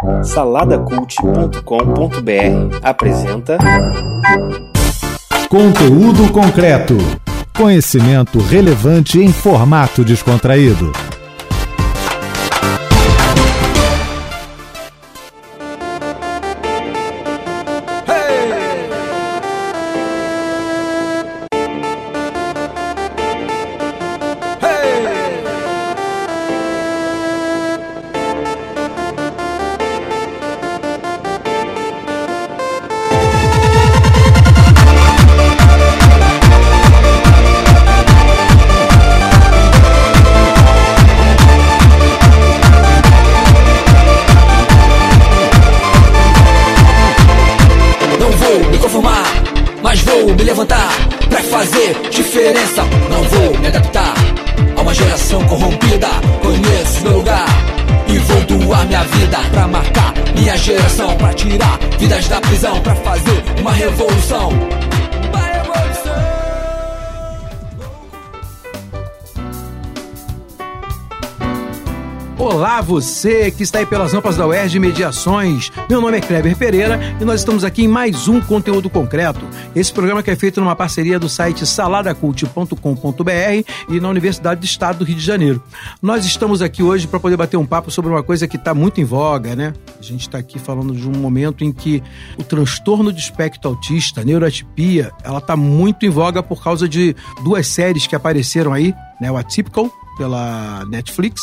Saladacult.com.br apresenta Conteúdo concreto. Conhecimento relevante em formato descontraído. Mas vou me levantar pra fazer diferença. Não vou me adaptar a uma geração corrompida. Conheço meu lugar e vou doar minha vida pra marcar minha geração, pra tirar vidas da prisão, pra fazer uma revolução. Olá, você que está aí pelas rampas da UERJ Mediações. Meu nome é Kleber Pereira e nós estamos aqui em mais um Conteúdo Concreto. Esse programa que é feito numa parceria do site saladacult.com.br e na Universidade do Estado do Rio de Janeiro. Nós estamos aqui hoje para poder bater um papo sobre uma coisa que está muito em voga, né? A gente está aqui falando de um momento em que o transtorno do espectro autista, a neuroatipia, ela está muito em voga por causa de duas séries que apareceram aí, né? O Atypical, pela Netflix,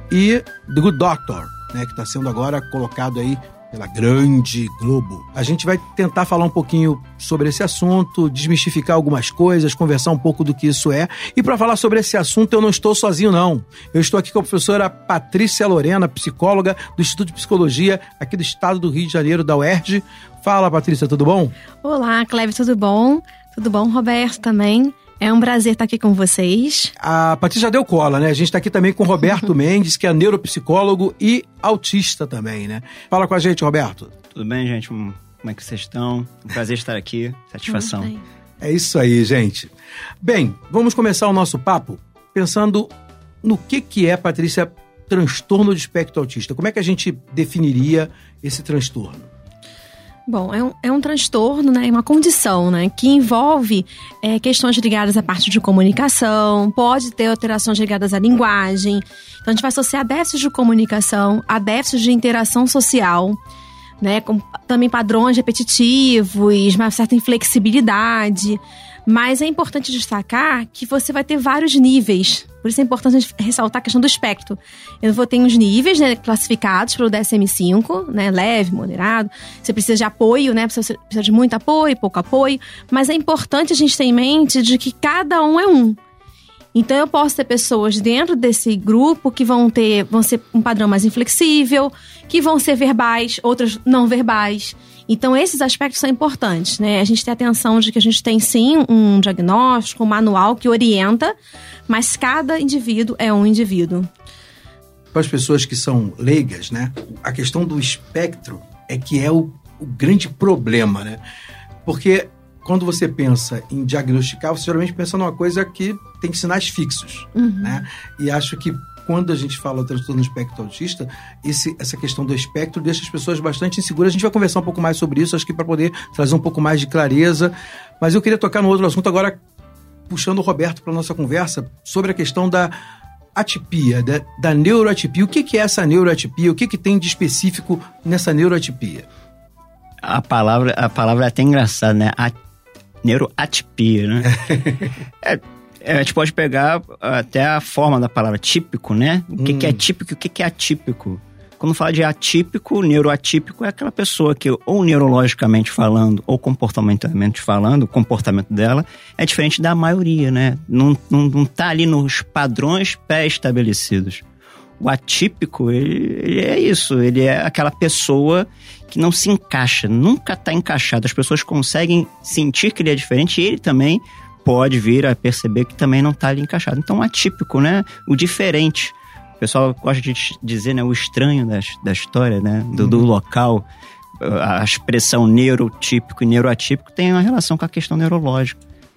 e The Good Doctor, né, que está sendo agora colocado aí pela grande Globo. A gente vai tentar falar um pouquinho sobre esse assunto, desmistificar algumas coisas, conversar um pouco do que isso é. E para falar sobre esse assunto, eu não estou sozinho, não. Eu estou aqui com a professora Patrícia Lorena, psicóloga do Instituto de Psicologia aqui do Estado do Rio de Janeiro, da UERJ. Fala, Patrícia, tudo bom? Olá, Cleber, tudo bom? Tudo bom, Roberto, também? É um prazer estar aqui com vocês. A Patrícia já deu cola, né? A gente está aqui também com o Roberto Mendes, que é neuropsicólogo e autista também, né? Fala com a gente, Roberto. Tudo bem, gente? Como é que vocês estão? Um prazer estar aqui. Satisfação. É isso aí, gente. Bem, vamos começar o nosso papo pensando no que é, Patrícia, transtorno de espectro autista. Como é que a gente definiria esse transtorno? Bom, é um transtorno, né, uma condição, né, que envolve questões ligadas à parte de comunicação, pode ter alterações ligadas à linguagem. Então, a gente vai associar déficits de comunicação a déficits de interação social, né, com também padrões repetitivos, uma certa inflexibilidade. Mas é importante destacar que você vai ter vários níveis. Por isso é importante a gente ressaltar a questão do espectro. Eu vou ter uns níveis, né, classificados pelo DSM-5, né, leve, moderado. Você precisa de apoio, né, você precisa de muito apoio, pouco apoio. Mas é importante a gente ter em mente de que cada um é um. Então, eu posso ter pessoas dentro desse grupo que vão ser um padrão mais inflexível, que vão ser verbais, outras não verbais. Então, esses aspectos são importantes, né? A gente tem atenção de que a gente tem, sim, um diagnóstico, um manual que orienta, mas cada indivíduo é um indivíduo. Para as pessoas que são leigas, né? A questão do espectro é que é o grande problema, né? Porque quando você pensa em diagnosticar, você geralmente pensa numa coisa que tem sinais fixos, né? E acho que quando a gente fala transtorno do espectro autista, essa questão do espectro deixa as pessoas bastante inseguras. A gente vai conversar um pouco mais sobre isso, acho que para poder trazer um pouco mais de clareza. Mas eu queria tocar no outro assunto agora, puxando o Roberto para a nossa conversa, sobre a questão da atipia, da neuroatipia. O que é essa neuroatipia? O que tem de específico nessa neuroatipia? A palavra é até engraçada, né? Neuroatipia, né? A gente pode pegar até a forma da palavra típico, né? O que é típico e o que é atípico. Quando fala de atípico, neuroatípico é aquela pessoa que, ou neurologicamente falando, ou comportamentalmente falando, o comportamento dela é diferente da maioria, né? Não tá ali nos padrões pré-estabelecidos. O atípico, ele é isso, ele é aquela pessoa que não se encaixa, nunca tá encaixado. As pessoas conseguem sentir que ele é diferente e ele também pode vir a perceber que também não está ali encaixado. Então, atípico, né? O diferente. O pessoal gosta de dizer, né? O estranho da história, né? Do local. A expressão neurotípico e neuroatípico tem uma relação com a questão neurológica.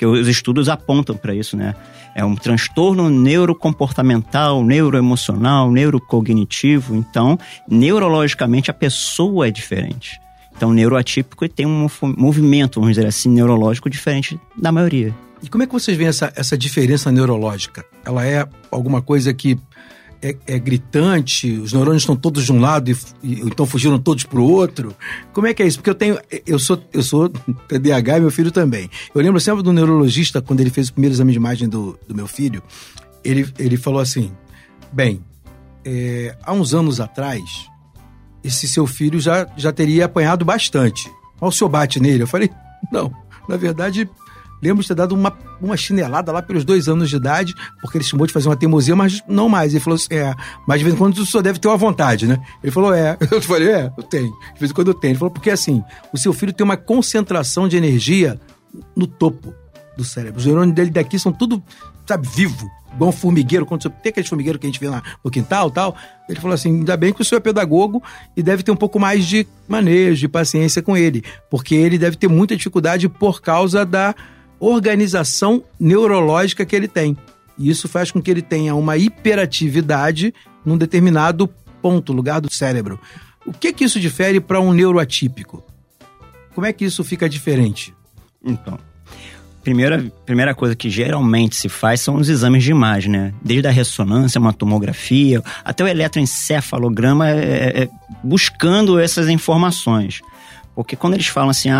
Porque os estudos apontam para isso, né? É um transtorno neurocomportamental, neuroemocional, neurocognitivo. Então, neurologicamente, a pessoa é diferente. Então, neuroatípico tem um movimento, vamos dizer assim, neurológico diferente da maioria. E como é que vocês veem essa diferença neurológica? Ela é alguma coisa que é gritante? Os neurônios estão todos de um lado e então fugiram todos para o outro? Como é que é isso? Porque eu sou TDAH e meu filho também. Eu lembro sempre do neurologista, quando ele fez o primeiro exame de imagem do meu filho, ele falou assim, bem, há uns anos atrás, esse seu filho já teria apanhado bastante. Mas o senhor bate nele? Eu falei, não, na verdade... Lembro de ter dado uma chinelada lá pelos 2 anos de idade, porque ele chamou de fazer uma teimosia, mas não mais. Ele falou assim, mas de vez em quando o senhor deve ter uma vontade, né? Ele falou, Eu falei, eu tenho. De vez em quando eu tenho. Ele falou, porque assim, o seu filho tem uma concentração de energia no topo do cérebro. Os neurônios dele daqui são tudo, sabe, vivo. Igual um formigueiro, quando tem aquele formigueiro que a gente vê no quintal e tal. Ele falou assim, ainda bem que o senhor é pedagogo e deve ter um pouco mais de manejo, de paciência com ele, porque ele deve ter muita dificuldade por causa da organização neurológica que ele tem. E isso faz com que ele tenha uma hiperatividade num determinado ponto, lugar do cérebro. O que isso difere para um neuroatípico? Como é que isso fica diferente? Então, primeira coisa que geralmente se faz são os exames de imagem, né? Desde a ressonância, uma tomografia, até o eletroencefalograma, buscando essas informações. Porque quando eles falam assim,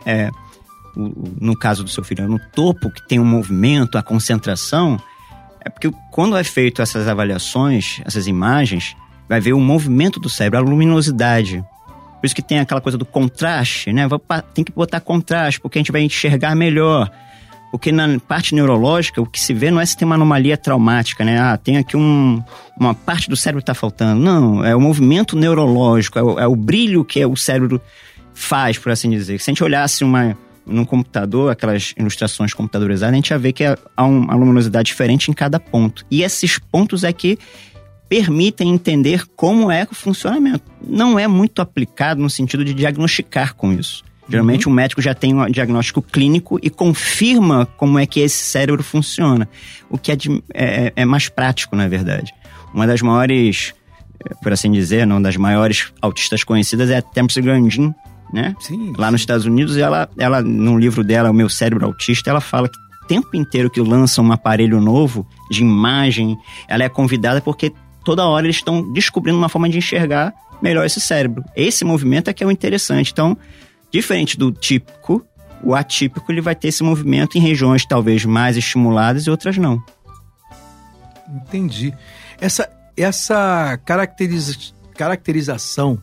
no caso do seu filho, no topo, que tem um movimento, a concentração, é porque quando é feito essas avaliações, essas imagens, vai ver o movimento do cérebro, a luminosidade. Por isso que tem aquela coisa do contraste, né? Tem que botar contraste, porque a gente vai enxergar melhor. Porque na parte neurológica, o que se vê não é se tem uma anomalia traumática, né? Tem aqui uma parte do cérebro que está faltando. Não, é o movimento neurológico, é o brilho que o cérebro faz, por assim dizer. Se a gente olhasse num computador, aquelas ilustrações computadorizadas, a gente ia ver que há uma luminosidade diferente em cada ponto. E esses pontos é que permitem entender como é o funcionamento. Não é muito aplicado no sentido de diagnosticar com isso. Geralmente o médico já tem um diagnóstico clínico e confirma como é que esse cérebro funciona. O que é mais prático, na verdade. Uma das maiores, por assim dizer, uma das maiores autistas conhecidas é a Thamsin Grandin, né? Sim. Lá nos Estados Unidos, ela no livro dela, O Meu Cérebro Autista, ela fala que o tempo inteiro que lança um aparelho novo de imagem, ela é convidada porque toda hora eles estão descobrindo uma forma de enxergar melhor esse cérebro. Esse movimento é que é o interessante. Então, diferente do típico, o atípico ele vai ter esse movimento em regiões talvez mais estimuladas e outras não. Entendi. Essa caracterização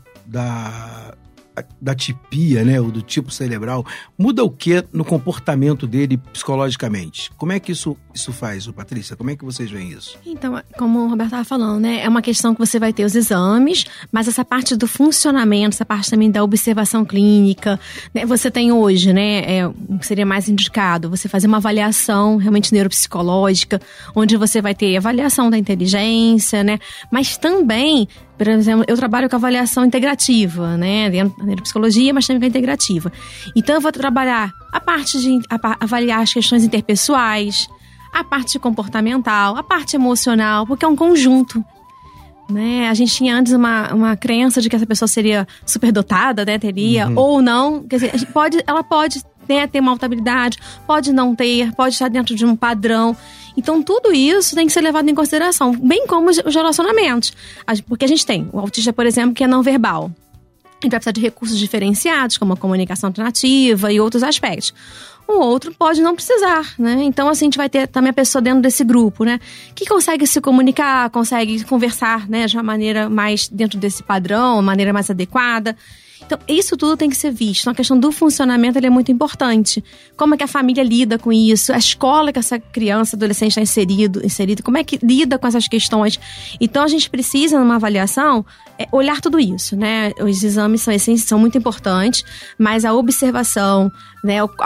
da atipia, né, ou do tipo cerebral, muda o que no comportamento dele psicologicamente? Como é que isso faz, Patrícia? Como é que vocês veem isso? Então, como o Roberto estava falando, né, é uma questão que você vai ter os exames, mas essa parte do funcionamento, essa parte também da observação clínica, né, você tem hoje, né, seria mais indicado você fazer uma avaliação realmente neuropsicológica, onde você vai ter avaliação da inteligência, né, mas também, por exemplo, eu trabalho com avaliação integrativa, né, dentro da neuropsicologia, mas também com a integrativa. Então, eu vou trabalhar a parte de avaliar as questões interpessoais, a parte comportamental, a parte emocional, porque é um conjunto, né? A gente tinha antes uma crença de que essa pessoa seria superdotada, né, teria, ou não, quer dizer, ela pode né, ter uma alta habilidade, pode não ter, pode estar dentro de um padrão. Então, tudo isso tem que ser levado em consideração, bem como os relacionamentos. Porque a gente tem o autista, por exemplo, que é não verbal. Ele vai precisar de recursos diferenciados, como a comunicação alternativa e outros aspectos. O outro pode não precisar, né? Então, assim, a gente vai ter também a pessoa dentro desse grupo, né? Que consegue se comunicar, consegue conversar, né? De uma maneira mais dentro desse padrão, uma maneira mais adequada. Então, isso tudo tem que ser visto. Então, a questão do funcionamento é muito importante. Como é que a família lida com isso? A escola que essa criança, adolescente está inserido, como é que lida com essas questões? Então, a gente precisa, numa avaliação, olhar tudo isso, né? Os exames são muito importantes, mas a observação, né? A conversa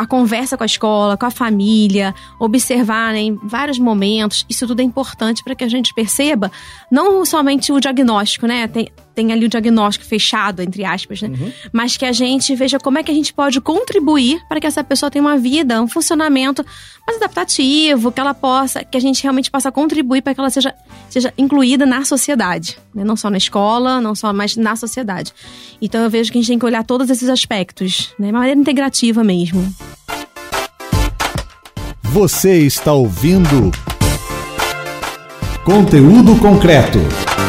conversa com a escola, com a família, observar, né, em vários momentos. Isso tudo é importante para que a gente perceba, não somente o diagnóstico, né? Tem ali o diagnóstico fechado, entre aspas, né? Mas que a gente veja como é que a gente pode contribuir para que essa pessoa tenha uma vida, um funcionamento mais adaptativo, que a gente realmente possa contribuir para que ela seja incluída na sociedade, né? Não só na escola, mas na sociedade. Então eu vejo que a gente tem que olhar todos esses aspectos, né? De maneira integrativa mesmo. Você está ouvindo Conteúdo Concreto.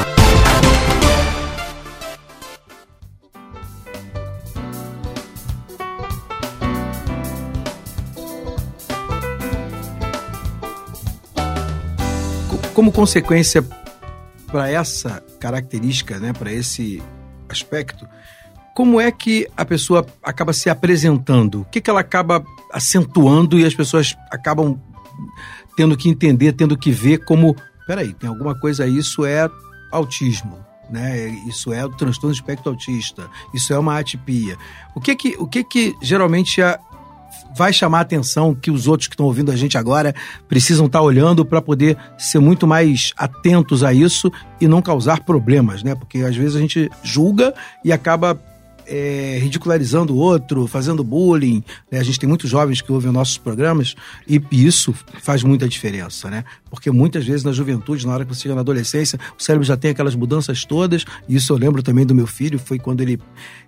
Como consequência para essa característica, né, para esse aspecto, como é que a pessoa acaba se apresentando? O que ela acaba acentuando e as pessoas acabam tendo que entender, tendo que ver como, peraí, tem alguma coisa aí, isso é autismo, né? Isso é o transtorno do espectro autista, isso é uma atipia. O que geralmente vai chamar a atenção, que os outros que estão ouvindo a gente agora precisam estar olhando para poder ser muito mais atentos a isso e não causar problemas, né? Porque às vezes a gente julga e acaba ridicularizando o outro, fazendo bullying, né? A gente tem muitos jovens que ouvem nossos programas e isso faz muita diferença, né? Porque muitas vezes na juventude, na hora que você chega na adolescência, o cérebro já tem aquelas mudanças todas, e isso eu lembro também do meu filho, foi quando ele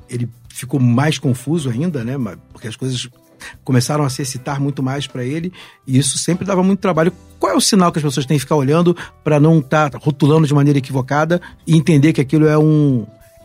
ficou mais confuso ainda, né? Porque as coisas começaram a se excitar muito mais para ele, e isso sempre dava muito trabalho. Qual é o sinal que as pessoas têm que ficar olhando para não estar rotulando de maneira equivocada e entender que aquilo é um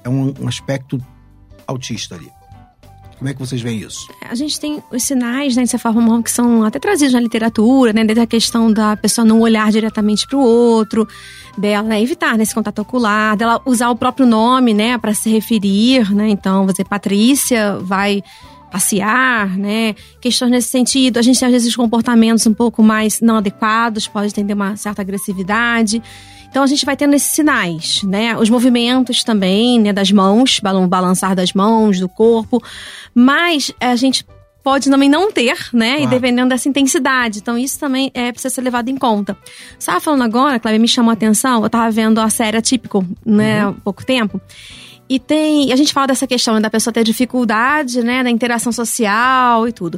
aspecto autista ali? Como é que vocês veem isso? A gente tem os sinais, né, de certa forma, que são até trazidos na literatura, né, desde a questão da pessoa não olhar diretamente para o outro, dela, né, evitar, né, esse contato ocular, dela usar o próprio nome, né, para se referir, né, então, você, Patrícia, vai passear, né, questões nesse sentido. A gente tem, às vezes, comportamentos um pouco mais não adequados, pode ter uma certa agressividade. Então, a gente vai tendo esses sinais, né? Os movimentos também, né? Das mãos, balançar das mãos, do corpo. Mas a gente pode também não ter, né? Claro. E dependendo dessa intensidade. Então, isso também precisa ser levado em conta. Você estava falando agora, Cláudia, me chamou a atenção, eu estava vendo a série Atípico, né? Há pouco tempo. E a gente fala dessa questão, né, da pessoa ter dificuldade, né? Da interação social e tudo.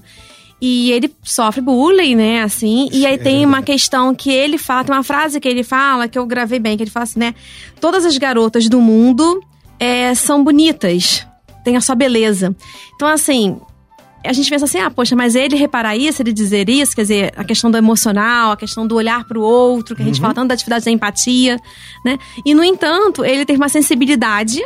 E ele sofre bullying, né, assim. E aí tem uma questão que ele fala, tem uma frase que ele fala, que eu gravei bem, que ele fala assim, né? Todas as garotas do mundo são bonitas, têm a sua beleza. Então, assim, a gente pensa assim, poxa, mas ele reparar isso, ele dizer isso, quer dizer, a questão do emocional, a questão do olhar pro outro, que a gente fala tanto da atividade da empatia, né? E, no entanto, ele teve uma sensibilidade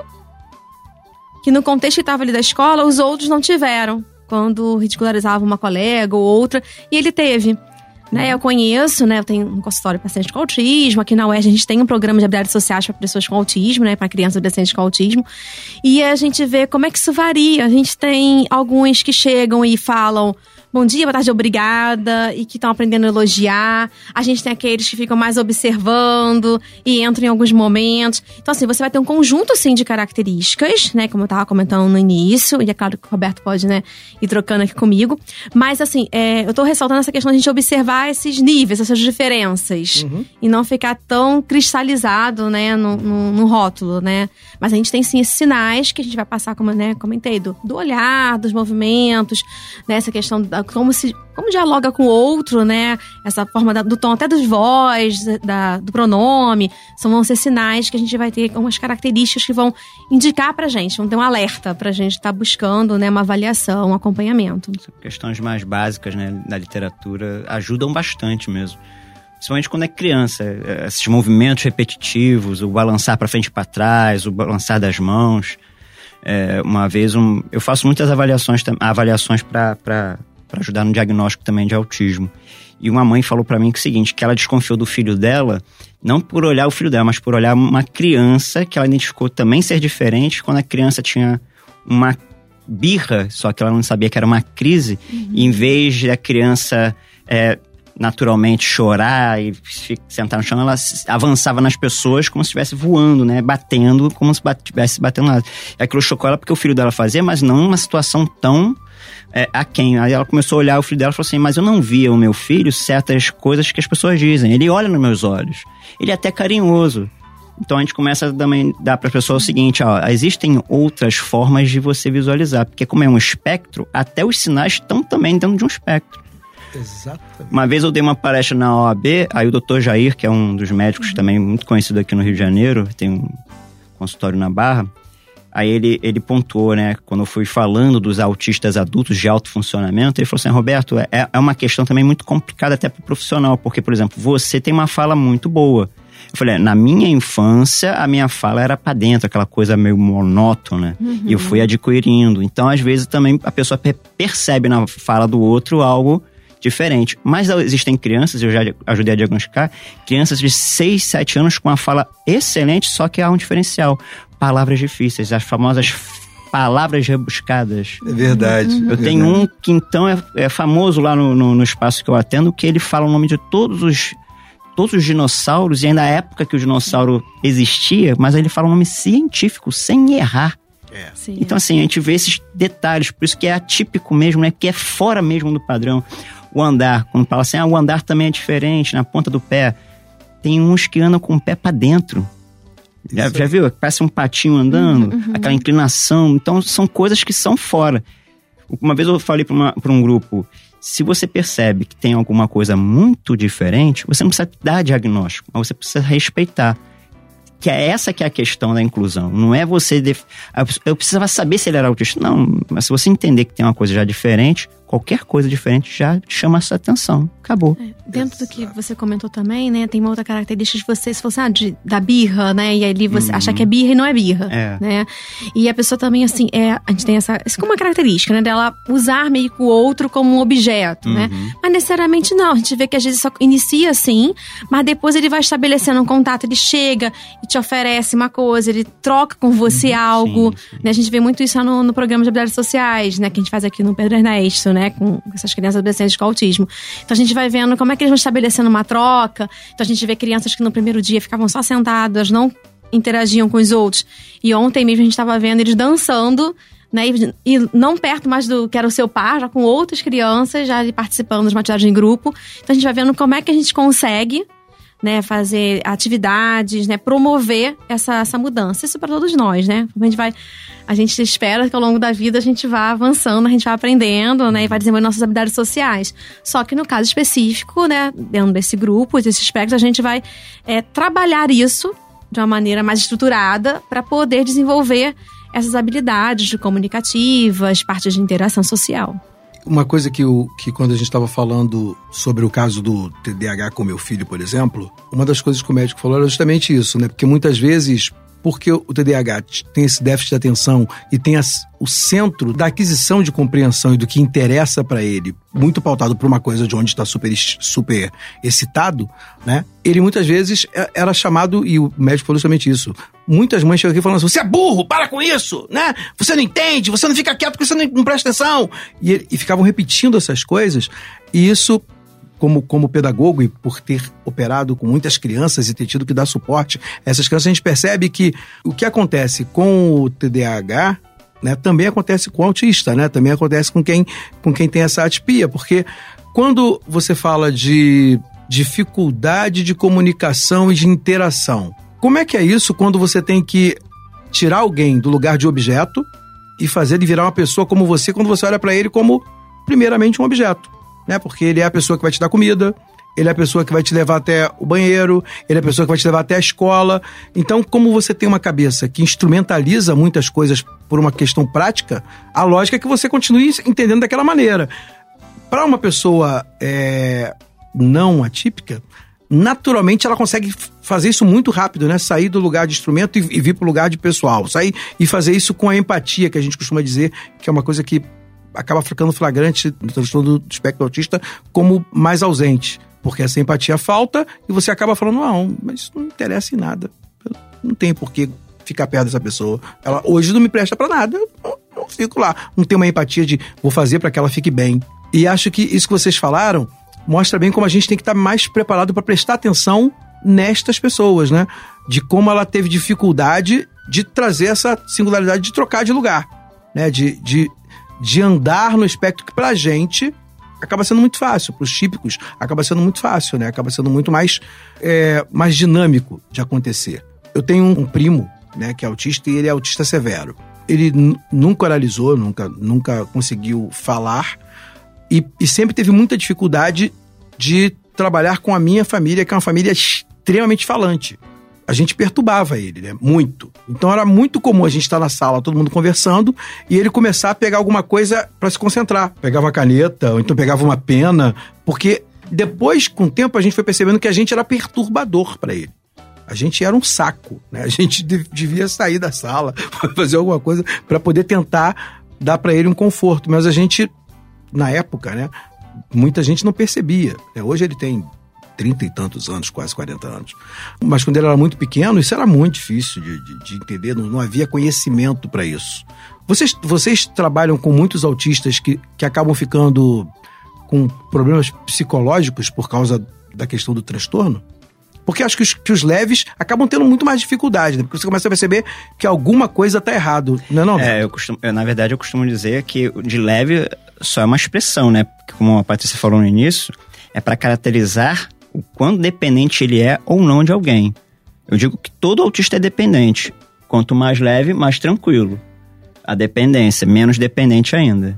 que no contexto que estava ali da escola, os outros não tiveram. Quando ridicularizava uma colega ou outra, e ele teve. Né? Eu conheço, né? Eu tenho um consultório de pacientes com autismo. Aqui na UERJ a gente tem um programa de habilidades sociais para pessoas com autismo, né? Para crianças e adolescentes com autismo. E a gente vê como é que isso varia. A gente tem alguns que chegam e falam bom dia, boa tarde, obrigada, e que estão aprendendo a elogiar. A gente tem aqueles que ficam mais observando e entram em alguns momentos. Então, assim, você vai ter um conjunto, assim, de características, né? Como eu estava comentando no início, e é claro que o Roberto pode, né, ir trocando aqui comigo. Mas, assim, eu estou ressaltando essa questão de a gente observar esses níveis, essas diferenças. E não ficar tão cristalizado, né, no rótulo, né? Mas a gente tem, sim, esses sinais que a gente vai passar, como, né, comentei, do olhar, dos movimentos, né? Essa questão como dialoga com o outro, né? Essa forma do tom, até dos voz, do pronome. Vão ser sinais que a gente vai ter algumas características que vão indicar pra gente, vão ter um alerta pra gente estar buscando, né, uma avaliação, um acompanhamento. Questões mais básicas, né, da literatura ajudam bastante mesmo. Principalmente quando é criança. Esses movimentos repetitivos, o balançar pra frente e pra trás, o balançar das mãos. Uma vez, eu faço muitas avaliações para ajudar no diagnóstico também de autismo. E uma mãe falou para mim que é o seguinte, que ela desconfiou do filho dela, não por olhar o filho dela, mas por olhar uma criança que ela identificou também ser diferente, quando a criança tinha uma birra, só que ela não sabia que era uma crise, e em vez de a criança naturalmente chorar e sentar no chão, ela avançava nas pessoas como se estivesse voando, né? Batendo, como se estivesse batendo lá. E aquilo chocou ela porque o filho dela fazia, mas não uma situação tão aquém. Aí ela começou a olhar o filho dela e falou assim, mas eu não via o meu filho certas coisas que as pessoas dizem. Ele olha nos meus olhos. Ele é até carinhoso. Então a gente começa a também dar para a pessoa o seguinte, existem outras formas de você visualizar, porque como é um espectro, até os sinais estão também dentro de um espectro. Exatamente. Uma vez eu dei uma palestra na OAB, aí o Dr. Jair, que é um dos médicos também muito conhecido aqui no Rio de Janeiro, tem um consultório na Barra, aí ele pontuou, né, quando eu fui falando dos autistas adultos de alto funcionamento, ele falou assim, Roberto, é uma questão também muito complicada até para o profissional, porque, por exemplo, você tem uma fala muito boa. Eu falei, na minha infância, a minha fala era pra dentro, aquela coisa meio monótona. E eu fui adquirindo. Então, às vezes, também a pessoa percebe na fala do outro algo diferente. Mas existem crianças, eu já ajudei a diagnosticar, crianças de 6, 7 anos com uma fala excelente, só que há um diferencial. Palavras difíceis, as famosas palavras rebuscadas. É verdade. Eu tenho um que, então, é famoso lá no espaço que eu atendo, que ele fala o nome de todos os dinossauros, e ainda a época que o dinossauro existia, mas ele fala um nome científico, sem errar. Sim, então, assim, a gente vê esses detalhes, por isso que é atípico mesmo, né? Porque é fora mesmo do padrão. O andar, quando fala assim, o andar também é diferente, na ponta do pé. Tem uns que andam com o pé pra dentro. Já viu? Parece um patinho andando, aquela inclinação. Então, são coisas que são fora. Uma vez eu falei pra um grupo, se você percebe que tem alguma coisa muito diferente, você não precisa dar diagnóstico, mas você precisa respeitar. Que é essa que é a questão da inclusão. Não é você... Eu precisava saber se ele era autista. Não, mas se você entender que tem uma coisa já diferente, qualquer coisa diferente já chama essa atenção. Acabou. Dentro do que você comentou também, né? Tem uma outra característica de você, se fosse da birra, né? E ali você achar que é birra e não é birra, né? E a pessoa também, assim, a gente tem essa como uma característica, né? Dela usar meio que o outro como um objeto, né? Mas necessariamente não. A gente vê que às vezes só inicia assim, mas depois ele vai estabelecendo um contato, ele chega e te oferece uma coisa, ele troca com você algo, né? A gente vê muito isso no programa de habilidades sociais, né? Que a gente faz aqui no Pedro Ernesto, né? Com essas crianças adolescentes com autismo. Então a gente vai vendo como é que eles vão estabelecendo uma troca. Então a gente vê crianças que no primeiro dia ficavam só sentadas, não interagiam com os outros. E ontem mesmo a gente estava vendo eles dançando, né? E não perto mais do que era o seu par, já com outras crianças, já participando de uma atividade em grupo. Então a gente vai vendo como é que a gente consegue, né, fazer atividades, né, promover essa mudança. Isso para todos nós, né? A gente espera que ao longo da vida a gente vá avançando, a gente vá aprendendo, né, e vai desenvolvendo nossas habilidades sociais. Só que no caso específico, né, dentro desse grupo, desse espectro, a gente vai trabalhar isso de uma maneira mais estruturada para poder desenvolver essas habilidades comunicativas, partes de interação social. Uma coisa que quando a gente estava falando sobre o caso do TDAH com meu filho, por exemplo, uma das coisas que o médico falou era justamente isso, né? Porque muitas vezes, porque o TDAH tem esse déficit de atenção e tem o centro da aquisição de compreensão e do que interessa para ele, muito pautado por uma coisa de onde está super excitado, né? Ele muitas vezes era chamado, e o médico falou justamente isso, muitas mães chegam aqui falando assim, você é burro, para com isso, né? Você não entende, você não fica quieto porque você não presta atenção. E ficavam repetindo essas coisas, e isso... Como pedagogo e por ter operado com muitas crianças e ter tido que dar suporte a essas crianças, a gente percebe que o que acontece com o TDAH, né, também acontece com o autista, né? Também acontece com quem tem essa atipia, porque quando você fala de dificuldade de comunicação e de interação, como é que é isso quando você tem que tirar alguém do lugar de objeto e fazer ele virar uma pessoa como você, quando você olha para ele como, primeiramente, um objeto? Né? Porque ele é a pessoa que vai te dar comida, ele é a pessoa que vai te levar até o banheiro, ele é a pessoa que vai te levar até a escola. Então, como você tem uma cabeça que instrumentaliza muitas coisas por uma questão prática, a lógica é que você continue entendendo daquela maneira. Para uma pessoa não atípica, naturalmente ela consegue fazer isso muito rápido, né? Sair do lugar de instrumento e vir para o lugar de pessoal. Sair e fazer isso com a empatia, que a gente costuma dizer, que é uma coisa que acaba ficando flagrante no transtorno do espectro autista como mais ausente, porque essa empatia falta e você acaba falando, não, mas isso não interessa em nada, eu não tenho por que ficar perto dessa pessoa, ela hoje não me presta pra nada, eu não fico lá, não tenho uma empatia de vou fazer pra que ela fique bem. E acho que isso que vocês falaram mostra bem como a gente tem que estar mais preparado para prestar atenção nestas pessoas, né? De como ela teve dificuldade de trazer essa singularidade de trocar de lugar, né? De de andar no espectro que pra gente acaba sendo muito fácil, pros típicos acaba sendo muito fácil, né? Acaba sendo muito mais dinâmico de acontecer. Eu tenho um primo, né, que é autista, e ele é autista severo. Ele nunca oralizou, nunca conseguiu falar e sempre teve muita dificuldade de trabalhar com a minha família, que é uma família extremamente falante. A gente perturbava ele, né? Muito. Então era muito comum a gente estar na sala, todo mundo conversando, e ele começar a pegar alguma coisa para se concentrar. Pegava uma caneta, ou então pegava uma pena, porque depois, com o tempo, a gente foi percebendo que a gente era perturbador para ele. A gente era um saco, né? A gente devia sair da sala, fazer alguma coisa para poder tentar dar para ele um conforto. Mas a gente, na época, né? Muita gente não percebia, né? Hoje ele tem 30 e tantos anos, quase 40 anos. Mas quando ele era muito pequeno, isso era muito difícil de entender, não havia conhecimento para isso. Vocês trabalham com muitos autistas que acabam ficando com problemas psicológicos por causa da questão do transtorno? Porque acho que os leves acabam tendo muito mais dificuldade, né? Porque você começa a perceber que alguma coisa está errado, não é não? Na verdade, eu costumo dizer que de leve só é uma expressão, né? Porque, como a Patrícia falou no início, é para caracterizar o quão dependente ele é ou não de alguém. Eu digo que todo autista é dependente. Quanto mais leve, mais tranquilo. A dependência, menos dependente ainda.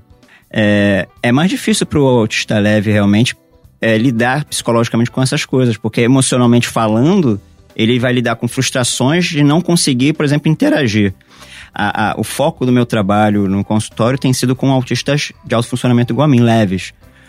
É mais difícil para o autista leve realmente lidar psicologicamente com essas coisas, porque emocionalmente falando, ele vai lidar com frustrações de não conseguir, por exemplo, interagir. O foco do meu trabalho no consultório tem sido com autistas de alto funcionamento igual a mim, leves.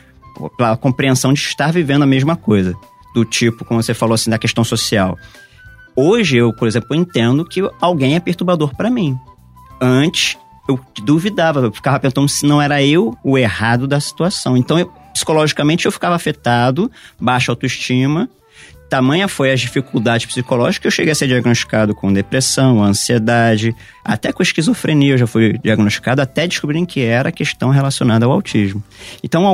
A compreensão de estar vivendo a mesma coisa. Do tipo, como você falou assim, da questão social. Hoje, eu, por exemplo, entendo que alguém é perturbador para mim. Antes, eu duvidava, eu ficava perguntando se não era eu o errado da situação. Então, psicologicamente, eu ficava afetado, baixa autoestima. Tamanha foi as dificuldades psicológicas que eu cheguei a ser diagnosticado com depressão, ansiedade, até com esquizofrenia eu já fui diagnosticado, até descobrirem que era questão relacionada ao autismo. Então,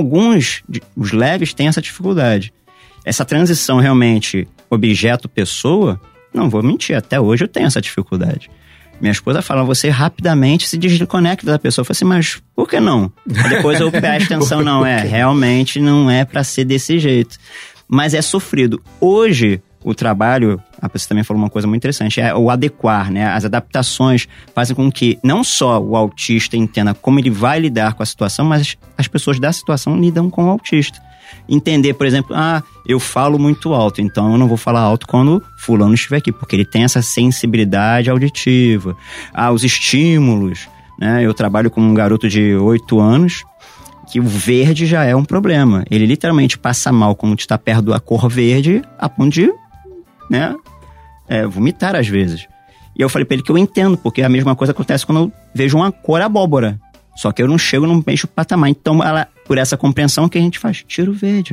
os leves têm essa dificuldade. Essa transição realmente objeto-pessoa, não vou mentir, até hoje eu tenho essa dificuldade. Minha esposa fala, você rapidamente se desconecta da pessoa. Eu falo assim, mas por que não? Aí depois eu presto atenção, realmente não é pra ser desse jeito. Mas é sofrido. Hoje, o trabalho, a pessoa também falou uma coisa muito interessante, é o adequar, né? As adaptações fazem com que não só o autista entenda como ele vai lidar com a situação, mas as pessoas da situação lidam com o autista. Entender, por exemplo, eu falo muito alto, então eu não vou falar alto quando fulano estiver aqui, porque ele tem essa sensibilidade auditiva. Os estímulos, né? Eu trabalho com um garoto de 8 anos, que o verde já é um problema. Ele literalmente passa mal quando está perto da cor verde, a ponto de, né, vomitar às vezes. E eu falei pra ele que eu entendo, porque a mesma coisa acontece quando eu vejo uma cor abóbora. Só que eu não chego no mesmo patamar. Então, por essa compreensão que a gente faz, tira o verde.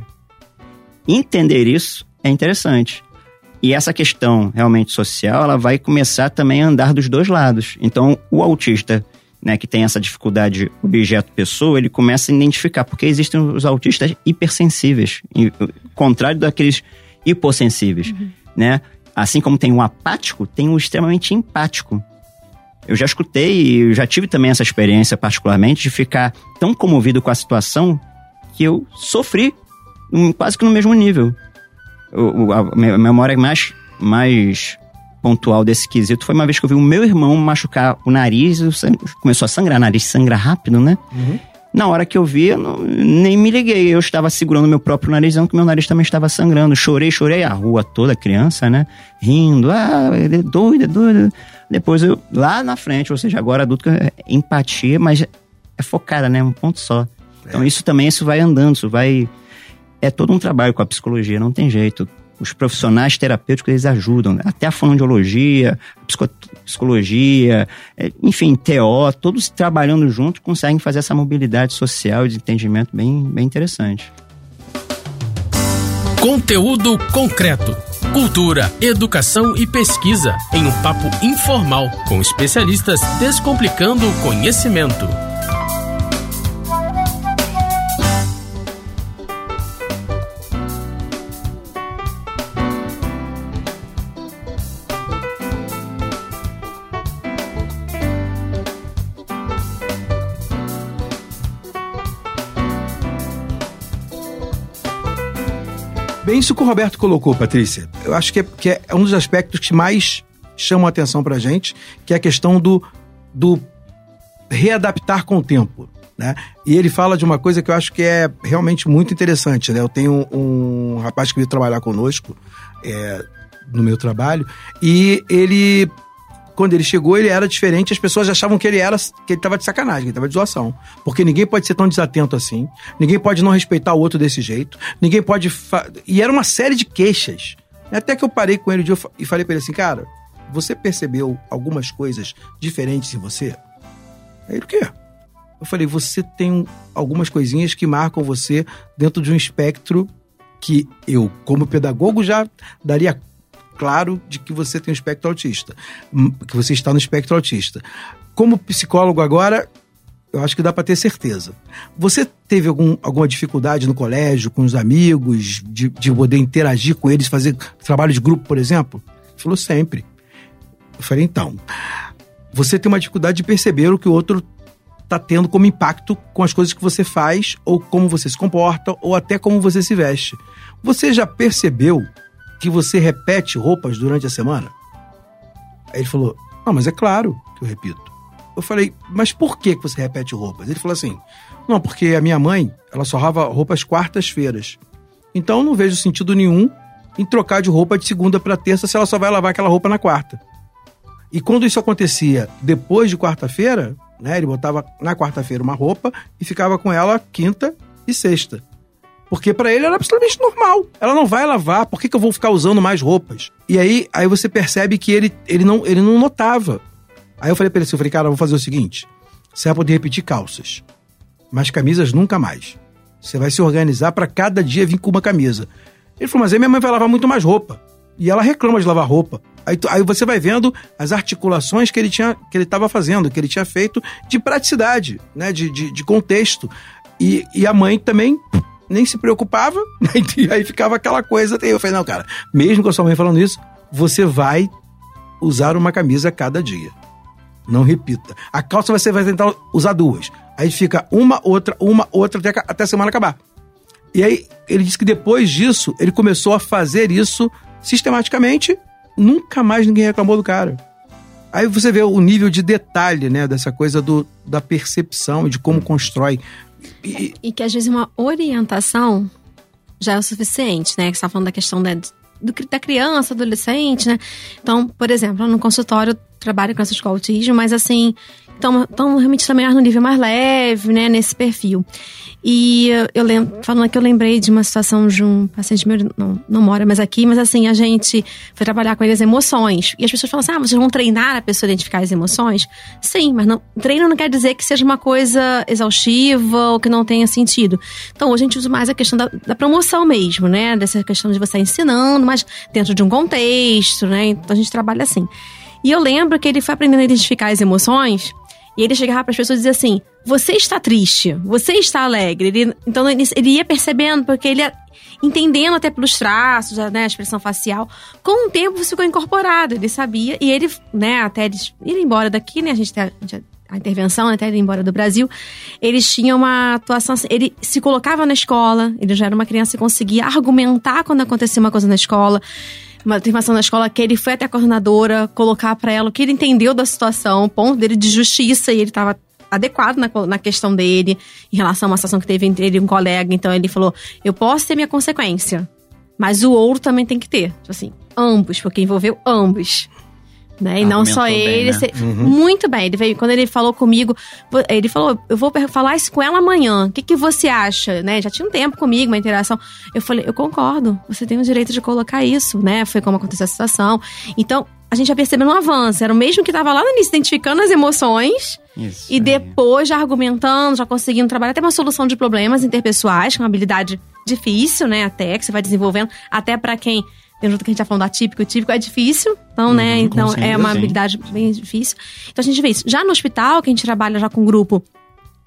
Entender isso é interessante. E essa questão realmente social, ela vai começar também a andar dos dois lados. Então, o autista, né, que tem essa dificuldade objeto-pessoa, ele começa a identificar, porque existem os autistas hipersensíveis, contrário daqueles hipossensíveis, né? Assim como tem o apático, tem o extremamente empático. Eu já escutei e eu já tive também essa experiência particularmente de ficar tão comovido com a situação que eu sofri quase que no mesmo nível. A memória mais pontual desse quesito foi uma vez que eu vi o meu irmão machucar o nariz, começou a sangrar, o nariz sangra rápido, né? Na hora que eu vi, eu nem me liguei, eu estava segurando meu próprio narizão, que meu nariz também estava sangrando, chorei, a rua toda, criança, né? Rindo, ele é doido. Depois eu, lá na frente, ou seja, agora adulto, empatia, mas é focada, né? Um ponto só. Então isso vai andando, é todo um trabalho com a psicologia, não tem jeito. Os profissionais terapêuticos, eles ajudam, né? Até a fonoaudiologia, psicologia, enfim, TO, todos trabalhando junto conseguem fazer essa mobilidade social e de entendimento bem interessante. Conteúdo concreto. Cultura, educação e pesquisa em um papo informal com especialistas descomplicando o conhecimento. Bem, isso que o Roberto colocou, Patrícia. Eu acho que é um dos aspectos que mais chamam a atenção pra gente, que é a questão do readaptar com o tempo, né? E ele fala de uma coisa que eu acho que é realmente muito interessante, né? Eu tenho um rapaz que veio trabalhar conosco no meu trabalho, e ele, quando ele chegou, ele era diferente, as pessoas achavam que ele estava de sacanagem, que ele estava de zoação. Porque ninguém pode ser tão desatento assim, ninguém pode não respeitar o outro desse jeito, ninguém pode... E era uma série de queixas. Até que eu parei com ele um dia e falei pra ele assim, cara, você percebeu algumas coisas diferentes em você? Aí ele, o quê? Eu falei, você tem algumas coisinhas que marcam você dentro de um espectro que eu, como pedagogo, já daria claro de que você tem um espectro autista, que você está no espectro autista. Como psicólogo agora, eu acho que dá para ter certeza. Você teve alguma dificuldade no colégio, com os amigos, de poder interagir com eles, fazer trabalho de grupo, por exemplo? Ele falou, sempre. Eu falei, então, você tem uma dificuldade de perceber o que o outro está tendo como impacto com as coisas que você faz, ou como você se comporta, ou até como você se veste. Você já percebeu que você repete roupas durante a semana? Aí ele falou, não, mas é claro que eu repito. Eu falei, mas por que você repete roupas? Ele falou assim, não, porque a minha mãe, ela só lava roupas quartas-feiras. Então eu não vejo sentido nenhum em trocar de roupa de segunda para terça se ela só vai lavar aquela roupa na quarta. E quando isso acontecia depois de quarta-feira, né, ele botava na quarta-feira uma roupa e ficava com ela quinta e sexta. Porque pra ele era absolutamente normal. Ela não vai lavar, por que eu vou ficar usando mais roupas? E aí você percebe que ele não notava. Aí eu falei pra ele assim, eu falei, cara, eu vou fazer o seguinte, você vai poder repetir calças, mas camisas nunca mais. Você vai se organizar pra cada dia vir com uma camisa. Ele falou, mas aí minha mãe vai lavar muito mais roupa. E ela reclama de lavar roupa. Aí você vai vendo as articulações que ele estava fazendo, que ele tinha feito de praticidade, né, de contexto. E a mãe também nem se preocupava, né? E aí ficava aquela coisa. Eu falei, não, cara, mesmo com a sua mãe falando isso, você vai usar uma camisa cada dia. Não repita. A calça você vai tentar usar duas. Aí fica uma, outra, até a semana acabar. E aí ele disse que depois disso, ele começou a fazer isso sistematicamente, nunca mais ninguém reclamou do cara. Aí você vê o nível de detalhe, né, dessa coisa da percepção e de como constrói. E que às vezes uma orientação já é o suficiente, né? Que você está falando da questão da criança, adolescente, né? Então, por exemplo, no consultório eu trabalho com crianças com autismo, mas assim, estão realmente também no nível mais leve, né? Nesse perfil. E eu lembro, falando aqui, eu lembrei de uma situação de um paciente meu, não mora mais aqui, mas assim, a gente foi trabalhar com ele as emoções. E as pessoas falam assim, vocês vão treinar a pessoa a identificar as emoções? Sim, mas treino não quer dizer que seja uma coisa exaustiva ou que não tenha sentido. Então, hoje a gente usa mais a questão da promoção mesmo, né? Dessa questão de você estar ensinando, mas dentro de um contexto, né? Então, a gente trabalha assim. E eu lembro que ele foi aprendendo a identificar as emoções. E ele chegava para as pessoas e dizia assim, você está triste, você está alegre. Então ele ia percebendo, porque ele ia entendendo até pelos traços, né, a expressão facial. Com o tempo isso ficou incorporado, ele sabia. E ele, né, até ele ir embora daqui, né, a gente tem a intervenção, até ele ir embora do Brasil, eles tinham uma atuação assim, ele se colocava na escola, ele já era uma criança e conseguia argumentar quando acontecia uma coisa na escola. Uma informação na escola que ele foi até a coordenadora colocar para ela o que ele entendeu da situação, o ponto dele de justiça, e ele estava adequado na questão dele em relação a uma situação que teve entre ele e um colega. Então ele falou, eu posso ter minha consequência, mas o outro também tem que ter, tipo assim, ambos, porque envolveu ambos, né? E não só ele, bem, né? Muito bem. Ele veio, quando ele falou comigo, ele falou, eu vou falar isso com ela amanhã, o que você acha, né? Já tinha um tempo comigo, uma interação. Eu falei, eu concordo, você tem o direito de colocar isso, né? Foi como aconteceu a situação. Então, a gente já percebeu um avanço, era o mesmo que estava lá no início, identificando as emoções, isso, e depois já argumentando, já conseguindo trabalhar até uma solução de problemas interpessoais, que é uma habilidade difícil, né? Até que você vai desenvolvendo, até para quem... Tem junto que a gente tá falando atípico, o típico é difícil, então, né? Então é uma habilidade bem difícil. Então a gente vê isso. Já no hospital, que a gente trabalha já com grupo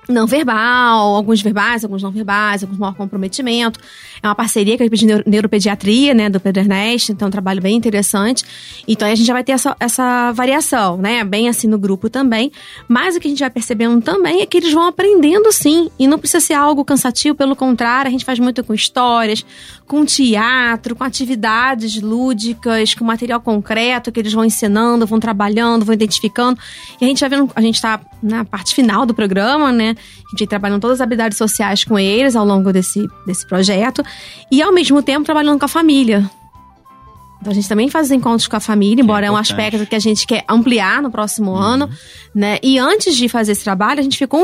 não verbal, alguns verbais, alguns não verbais, alguns maior comprometimento. É uma parceria com a equipe de neuropediatria, né, do Pedro Ernesto, então é um trabalho bem interessante. Então aí a gente já vai ter essa variação, né, bem assim no grupo também. Mas o que a gente vai percebendo também é que eles vão aprendendo sim, e não precisa ser algo cansativo, pelo contrário, a gente faz muito com histórias, com teatro, com atividades lúdicas, com material concreto que eles vão ensinando, vão trabalhando, vão identificando. E a gente vai vendo, a gente está na parte final do programa, né? A gente trabalhando todas as habilidades sociais com eles ao longo desse projeto e, ao mesmo tempo, trabalhando com a família. Então, a gente também faz os encontros com a família, embora é um aspecto que a gente quer ampliar no próximo ano, né? E antes de fazer esse trabalho,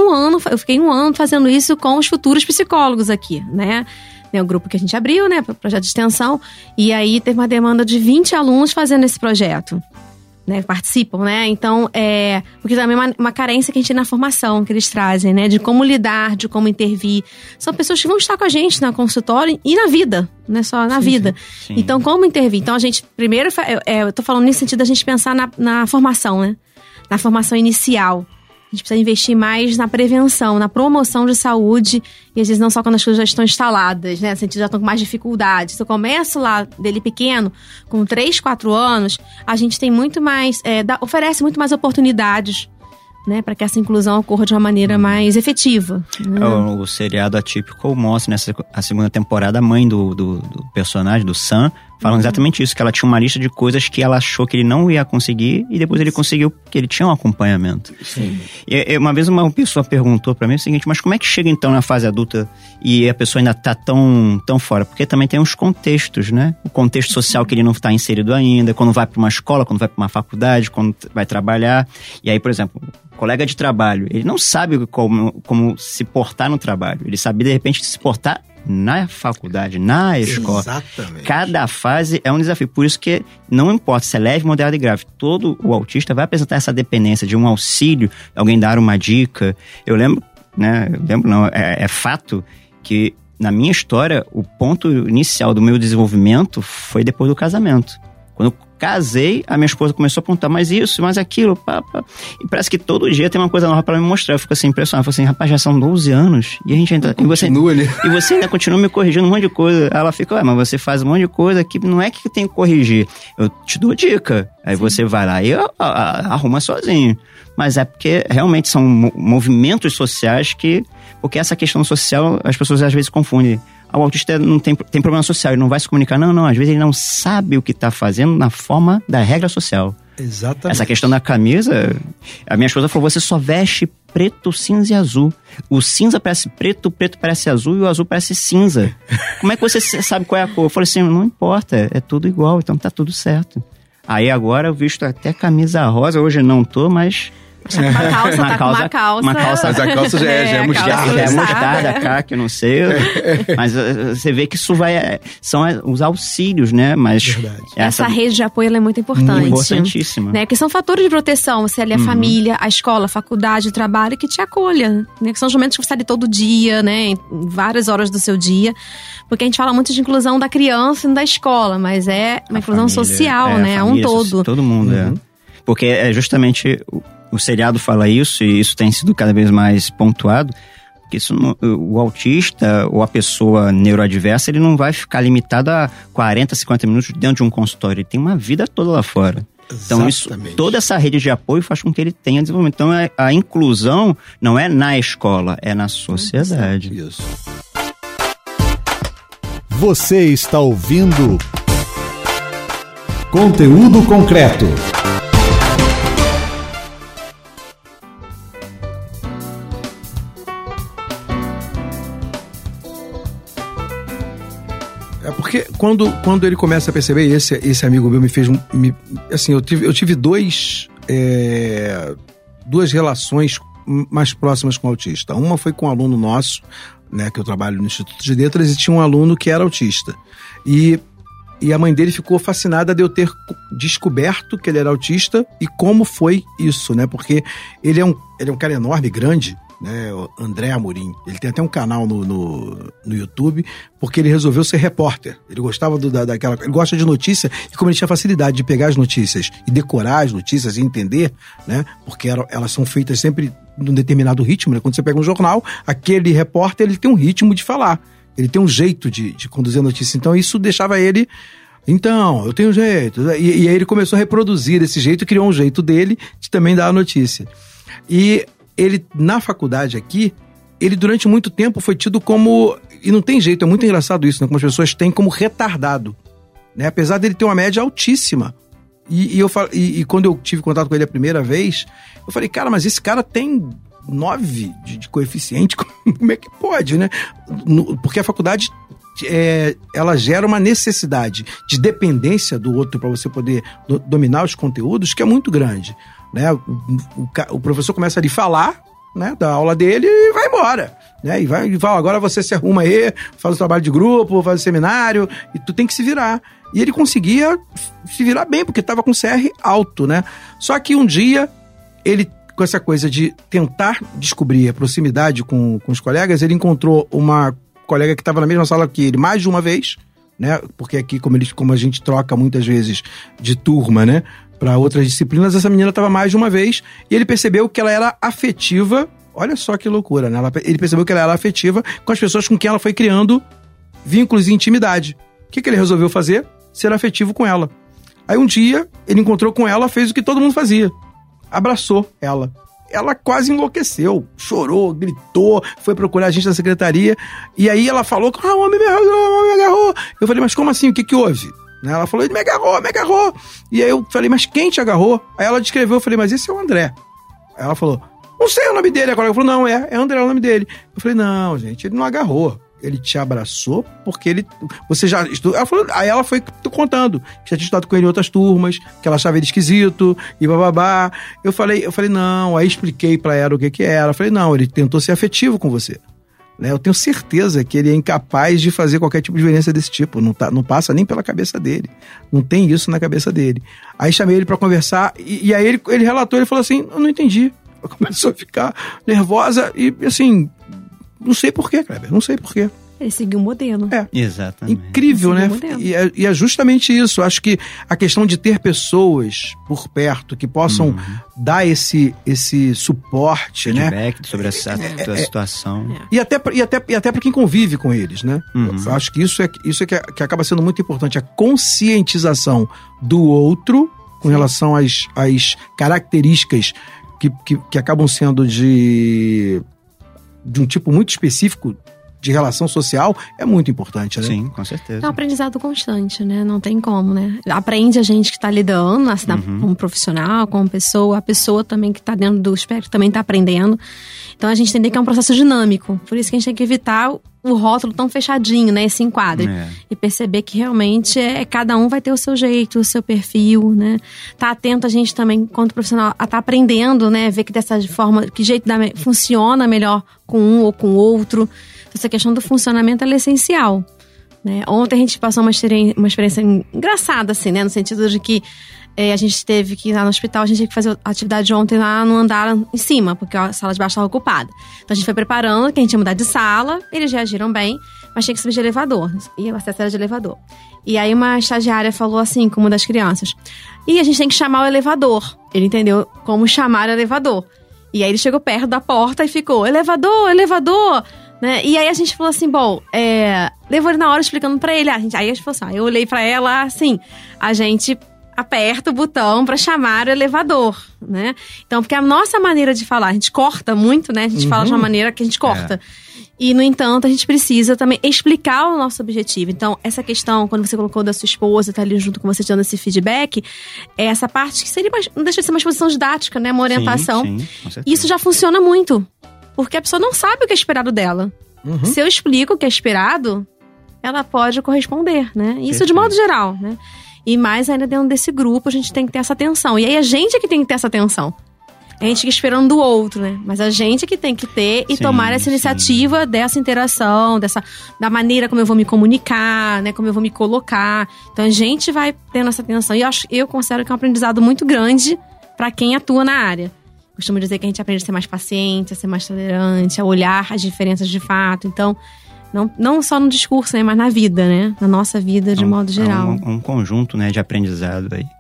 eu fiquei um ano fazendo isso com os futuros psicólogos aqui, né? O grupo que a gente abriu, né? Projeto de extensão. E aí, teve uma demanda de 20 alunos fazendo esse projeto. Né, participam, né? Então, porque também é uma carência que a gente tem na formação que eles trazem, né? De como lidar, de como intervir. São pessoas que vão estar com a gente no consultório e na vida, não é só na vida. Sim. Então, como intervir? Então, a gente, primeiro, eu tô falando nesse sentido da gente pensar na formação, né? Na formação inicial. A gente precisa investir mais na prevenção, na promoção de saúde, e às vezes não só quando as coisas já estão instaladas, né? Assim, já estão com mais dificuldades. Se eu começo lá dele pequeno, com 3, 4 anos, a gente tem muito mais, oferece muito mais oportunidades, né? Para que essa inclusão ocorra de uma maneira mais efetiva. Né? O seriado Atípico mostra a segunda temporada a mãe do personagem, do Sam, falando exatamente isso, que ela tinha uma lista de coisas que ela achou que ele não ia conseguir e depois ele conseguiu, porque ele tinha um acompanhamento. Sim. E uma vez uma pessoa perguntou pra mim o seguinte, mas como é que chega então na fase adulta e a pessoa ainda tá tão fora? Porque também tem uns contextos, né? O contexto social que ele não tá inserido ainda, quando vai pra uma escola, quando vai pra uma faculdade, quando vai trabalhar. E aí, por exemplo, colega de trabalho, ele não sabe como se portar no trabalho. Ele sabe, de repente, se portar na faculdade, na escola. Exatamente. Cada fase é um desafio. Por isso que não importa se é leve, moderado e grave. Todo o autista vai apresentar essa dependência de um auxílio, alguém dar uma dica. É fato que na minha história, o ponto inicial do meu desenvolvimento foi depois do casamento. Quando eu casei, a minha esposa começou a perguntar, mas isso, mas aquilo, pá. E parece que todo dia tem uma coisa nova pra me mostrar. Eu fico assim, impressionado. Eu falo assim, rapaz, já são 12 anos e a gente ainda... E você ainda continua me corrigindo um monte de coisa. Aí ela fica, mas você faz um monte de coisa que não é que eu tenho que corrigir. Eu te dou dica. Aí você vai lá e arruma sozinho. Mas é porque realmente são movimentos sociais porque essa questão social, as pessoas às vezes confundem. O autista não tem problema social, ele não vai se comunicar. Não, às vezes ele não sabe o que está fazendo na forma da regra social. Exatamente. Essa questão da camisa, a minha esposa falou, você só veste preto, cinza e azul. O cinza parece preto, o preto parece azul e o azul parece cinza. Como é que você sabe qual é a cor? Eu falei assim, não importa, é tudo igual, então tá tudo certo. Aí agora eu visto até camisa rosa, hoje não tô, mas... Uma calça. Mas a calça já é mostarda. Já é mostarda, caque, eu não sei. Mas você vê que isso são os auxílios, né? Mas verdade. Essa rede de apoio ela é muito importante. Importantíssima. Né? Porque são fatores de proteção. Você ali a família, a escola, a faculdade, o trabalho que te acolha. Né? Que são os momentos que você está ali todo dia, né? Em várias horas do seu dia. Porque a gente fala muito de inclusão da criança e da escola, mas é uma inclusão social, né? É um todo. Todo mundo, Porque é justamente... O seriado fala isso, e isso tem sido cada vez mais pontuado, porque o autista ou a pessoa neuroadversa, ele não vai ficar limitado a 40, 50 minutos dentro de um consultório, ele tem uma vida toda lá fora. Então, toda essa rede de apoio faz com que ele tenha desenvolvimento. Então, a inclusão não é na escola, é na sociedade. Isso. Você está ouvindo Conteúdo Concreto. É porque quando ele começa a perceber, esse amigo meu me fez assim, eu tive duas relações mais próximas com o autista. Uma foi com um aluno nosso, né, que eu trabalho no Instituto de Letras, e tinha um aluno que era autista. E a mãe dele ficou fascinada de eu ter descoberto que ele era autista e como foi isso, né? Porque ele é um cara enorme, grande, né, o André Amorim. Ele tem até um canal no YouTube, porque ele resolveu ser repórter. Ele gostava ele gosta de notícia, e como ele tinha facilidade de pegar as notícias e decorar as notícias e entender, né, porque elas são feitas sempre num determinado ritmo, né? Quando você pega um jornal, aquele repórter, ele tem um ritmo de falar. Ele tem um jeito de conduzir a notícia. Então, isso deixava ele... Então, eu tenho um jeito. E aí ele começou a reproduzir esse jeito e criou um jeito dele de também dar a notícia. E ele, na faculdade aqui, ele durante muito tempo foi tido como... E não tem jeito, é muito engraçado isso, né? Como as pessoas têm como retardado. Né? Apesar dele ter uma média altíssima. E quando eu tive contato com ele a primeira vez, eu falei, cara, mas esse cara tem 9 de coeficiente, como é que pode, né? Porque a faculdade... ela gera uma necessidade de dependência do outro para você poder dominar os conteúdos que é muito grande, né? O professor começa ali a falar, né, da aula dele e vai embora, né? E fala, agora você se arruma aí, faz o trabalho de grupo, faz o seminário e tu tem que se virar. E ele conseguia se virar bem, porque estava com CR alto, né? Só que um dia, ele, com essa coisa de tentar descobrir a proximidade com os colegas, ele encontrou uma colega que estava na mesma sala que ele mais de uma vez, né? Porque aqui, como a gente troca muitas vezes de turma, né, para outras disciplinas, essa menina estava mais de uma vez e ele percebeu que ela era afetiva. Olha só que loucura, né? Ele percebeu que ela era afetiva com as pessoas com quem ela foi criando vínculos e intimidade. O que ele resolveu fazer? Ser afetivo com ela. Aí um dia, ele encontrou com ela, fez o que todo mundo fazia. Abraçou ela. Ela quase enlouqueceu, chorou, gritou, foi procurar a gente da secretaria, e aí ela falou que o homem me agarrou. Eu falei, mas como assim? O que houve? Ela falou, ele me agarrou. E aí eu falei, mas quem te agarrou? Aí ela descreveu, eu falei, mas esse é o André. Aí ela falou, não sei o nome dele agora. Eu falei, não, é André o nome dele. Eu falei, não, gente, ele não agarrou. Ele te abraçou porque você já estudou. Aí ela foi contando que já tinha estudado com ele em outras turmas, que ela achava ele esquisito e bababá. Eu falei, não. Aí expliquei pra ela o que era. Eu falei, não, ele tentou ser afetivo com você. Né? Eu tenho certeza que ele é incapaz de fazer qualquer tipo de violência desse tipo. Não passa nem pela cabeça dele. Não tem isso na cabeça dele. Aí chamei ele pra conversar e aí ele relatou, ele falou assim, eu não entendi. Ela começou a ficar nervosa e assim... Não sei porquê, Kleber, não sei porquê. Ele seguiu o modelo. Exatamente. Incrível, né? E é justamente isso. Acho que a questão de ter pessoas por perto que possam dar esse suporte, feedback, né? Sobre essa situação. E até para quem convive com eles, né? Eu acho que isso é que acaba sendo muito importante. A conscientização do outro com relação às características que acabam sendo de um tipo muito específico de relação social, é muito importante, né? Sim, com certeza. É um aprendizado constante, né? Não tem como, né? Aprende a gente que está lidando, assim, como profissional, como pessoa, a pessoa também que está dentro do espectro também está aprendendo. Então a gente entende que é um processo dinâmico. Por isso que a gente tem que evitar o rótulo tão fechadinho, né? Esse enquadre. E perceber que realmente cada um vai ter o seu jeito, o seu perfil, né? Tá atento a gente também, enquanto profissional, a tá aprendendo, né? Ver que dessa forma, que jeito funciona melhor com um ou com o outro. Essa questão do funcionamento ela é essencial, né? Ontem a gente passou uma experiência engraçada, assim, né? No sentido de que a gente teve que ir lá no hospital, a gente tinha que fazer a atividade de ontem lá no andar em cima, porque a sala de baixo estava ocupada. Então a gente foi preparando, que a gente ia mudar de sala, eles reagiram bem, mas tinha que subir de elevador, e o acesso era de elevador. E aí uma estagiária falou assim, com uma das crianças, e a gente tem que chamar o elevador. Ele entendeu como chamar o elevador. E aí ele chegou perto da porta e ficou, elevador, elevador... Né? E aí a gente falou assim, bom, levou ele na hora explicando pra ele. Aí a gente falou assim, eu olhei pra ela assim, a gente aperta o botão pra chamar o elevador, né? Então, porque a nossa maneira de falar, a gente corta muito, né? A gente fala de uma maneira que a gente corta. E, no entanto, a gente precisa também explicar o nosso objetivo. Então, essa questão, quando você colocou da sua esposa, tá ali junto com você, te dando esse feedback, é essa parte que seria não deixa de ser uma exposição didática, né? Uma orientação. Sim, com certeza. Isso já funciona muito. Porque a pessoa não sabe o que é esperado dela. Se eu explico o que é esperado, ela pode corresponder, né? Isso de modo geral, né? E mais ainda dentro desse grupo, a gente tem que ter essa atenção. E aí a gente é que tem que ter essa atenção. A gente fica esperando do outro, né? Mas a gente é que tem que ter e tomar essa iniciativa dessa interação, da maneira como eu vou me comunicar, né? Como eu vou me colocar. Então a gente vai tendo essa atenção. E eu considero que é um aprendizado muito grande para quem atua na área. Costumo dizer que a gente aprende a ser mais paciente, a ser mais tolerante, a olhar as diferenças de fato. Então, não só no discurso, né, mas na vida, né? Na nossa vida, de modo geral. Um conjunto, né, de aprendizado aí.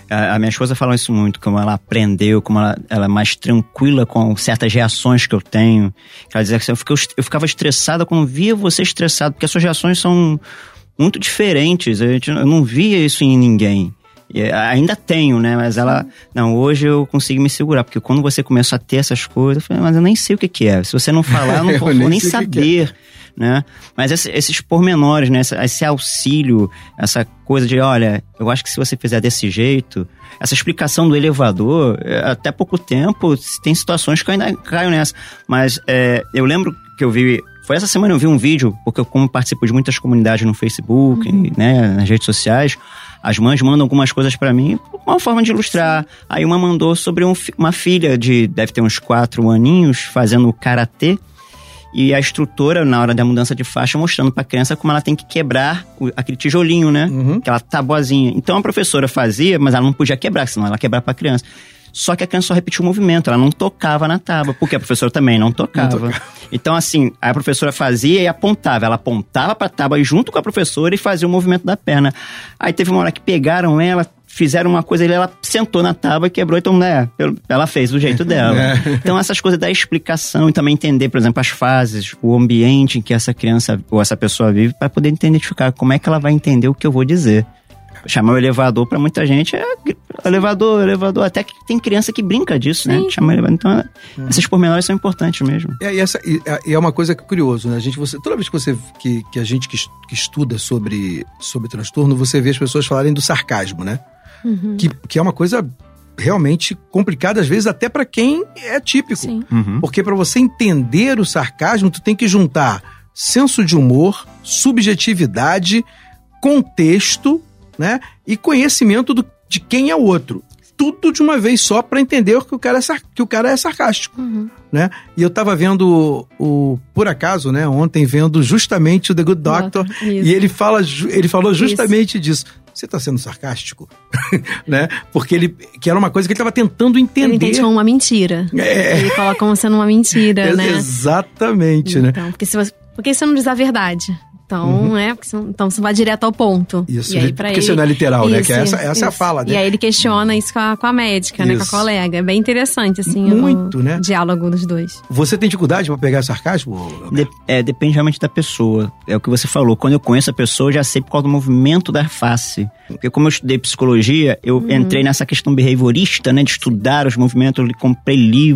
A minha esposa fala isso muito, como ela aprendeu, como ela é mais tranquila com certas reações que eu tenho. Ela dizia que eu ficava estressada quando via você estressado, porque as suas reações são muito diferentes. Eu não via isso em ninguém. Ainda tenho, né? Mas ela... Não, hoje eu consigo me segurar. Porque quando você começa a ter essas coisas, eu falei, mas eu nem sei o que é. Se você não falar, eu não vou nem saber, né? Mas esses pormenores, né? Esse auxílio, essa coisa de, olha, eu acho que se você fizer desse jeito... Essa explicação do elevador, até pouco tempo, tem situações que eu ainda caio nessa. Mas eu lembro que eu vi... Foi essa semana eu vi um vídeo, porque eu como participo de muitas comunidades no Facebook, né, nas redes sociais, as mães mandam algumas coisas pra mim, uma forma de ilustrar. Aí uma mandou sobre uma filha deve ter uns 4 aninhos, fazendo karatê, e a instrutora, na hora da mudança de faixa, mostrando pra criança como ela tem que quebrar aquele tijolinho, né, aquela tabuazinha. Então a professora fazia, mas ela não podia quebrar, senão ela quebrava pra criança. Só que a criança só repetia o movimento, ela não tocava na tábua, porque a professora também não tocava. Então, assim, a professora fazia e apontava. Ela apontava pra tábua junto com a professora e fazia o movimento da perna. Aí teve uma hora que pegaram ela, fizeram uma coisa, ela sentou na tábua e quebrou, então, né, ela fez do jeito dela. Então, essas coisas da explicação e também entender, por exemplo, as fases, o ambiente em que essa criança ou essa pessoa vive, para poder identificar como é que ela vai entender o que eu vou dizer. Chamar o elevador pra muita gente elevador, até que tem criança que brinca disso, né? Chama elevador. Então, esses pormenores são importantes mesmo. E é uma coisa que é curioso, né? Toda vez que a gente estuda sobre transtorno, você vê as pessoas falarem do sarcasmo, né? Que é uma coisa realmente complicada, às vezes até pra quem é típico. Porque pra você entender o sarcasmo, tu tem que juntar senso de humor, subjetividade, contexto, né? E conhecimento de quem é o outro. Tudo de uma vez só para entender que o cara é sarcástico. Né? E eu tava vendo por acaso, né? Ontem vendo justamente o The Good Doctor. E ele falou justamente disso. Você tá sendo sarcástico? Né? Porque que era uma coisa que ele tava tentando entender. Ele entende como uma mentira. Ele coloca como sendo uma mentira, né? Exatamente, então, né? Porque você não diz a verdade. Então, então você vai direto ao ponto. Isso, e aí, porque isso não é literal, né? Que essa é a fala, né? E aí ele questiona isso com a médica, né? Com a colega. É bem interessante, assim, né? O diálogo dos dois. Você tem dificuldade para pegar sarcasmo? Depende realmente da pessoa. É o que você falou. Quando eu conheço a pessoa, eu já sei por causa do movimento da face. Porque como eu estudei psicologia, eu entrei nessa questão behaviorista, né? De estudar os movimentos. Eu comprei li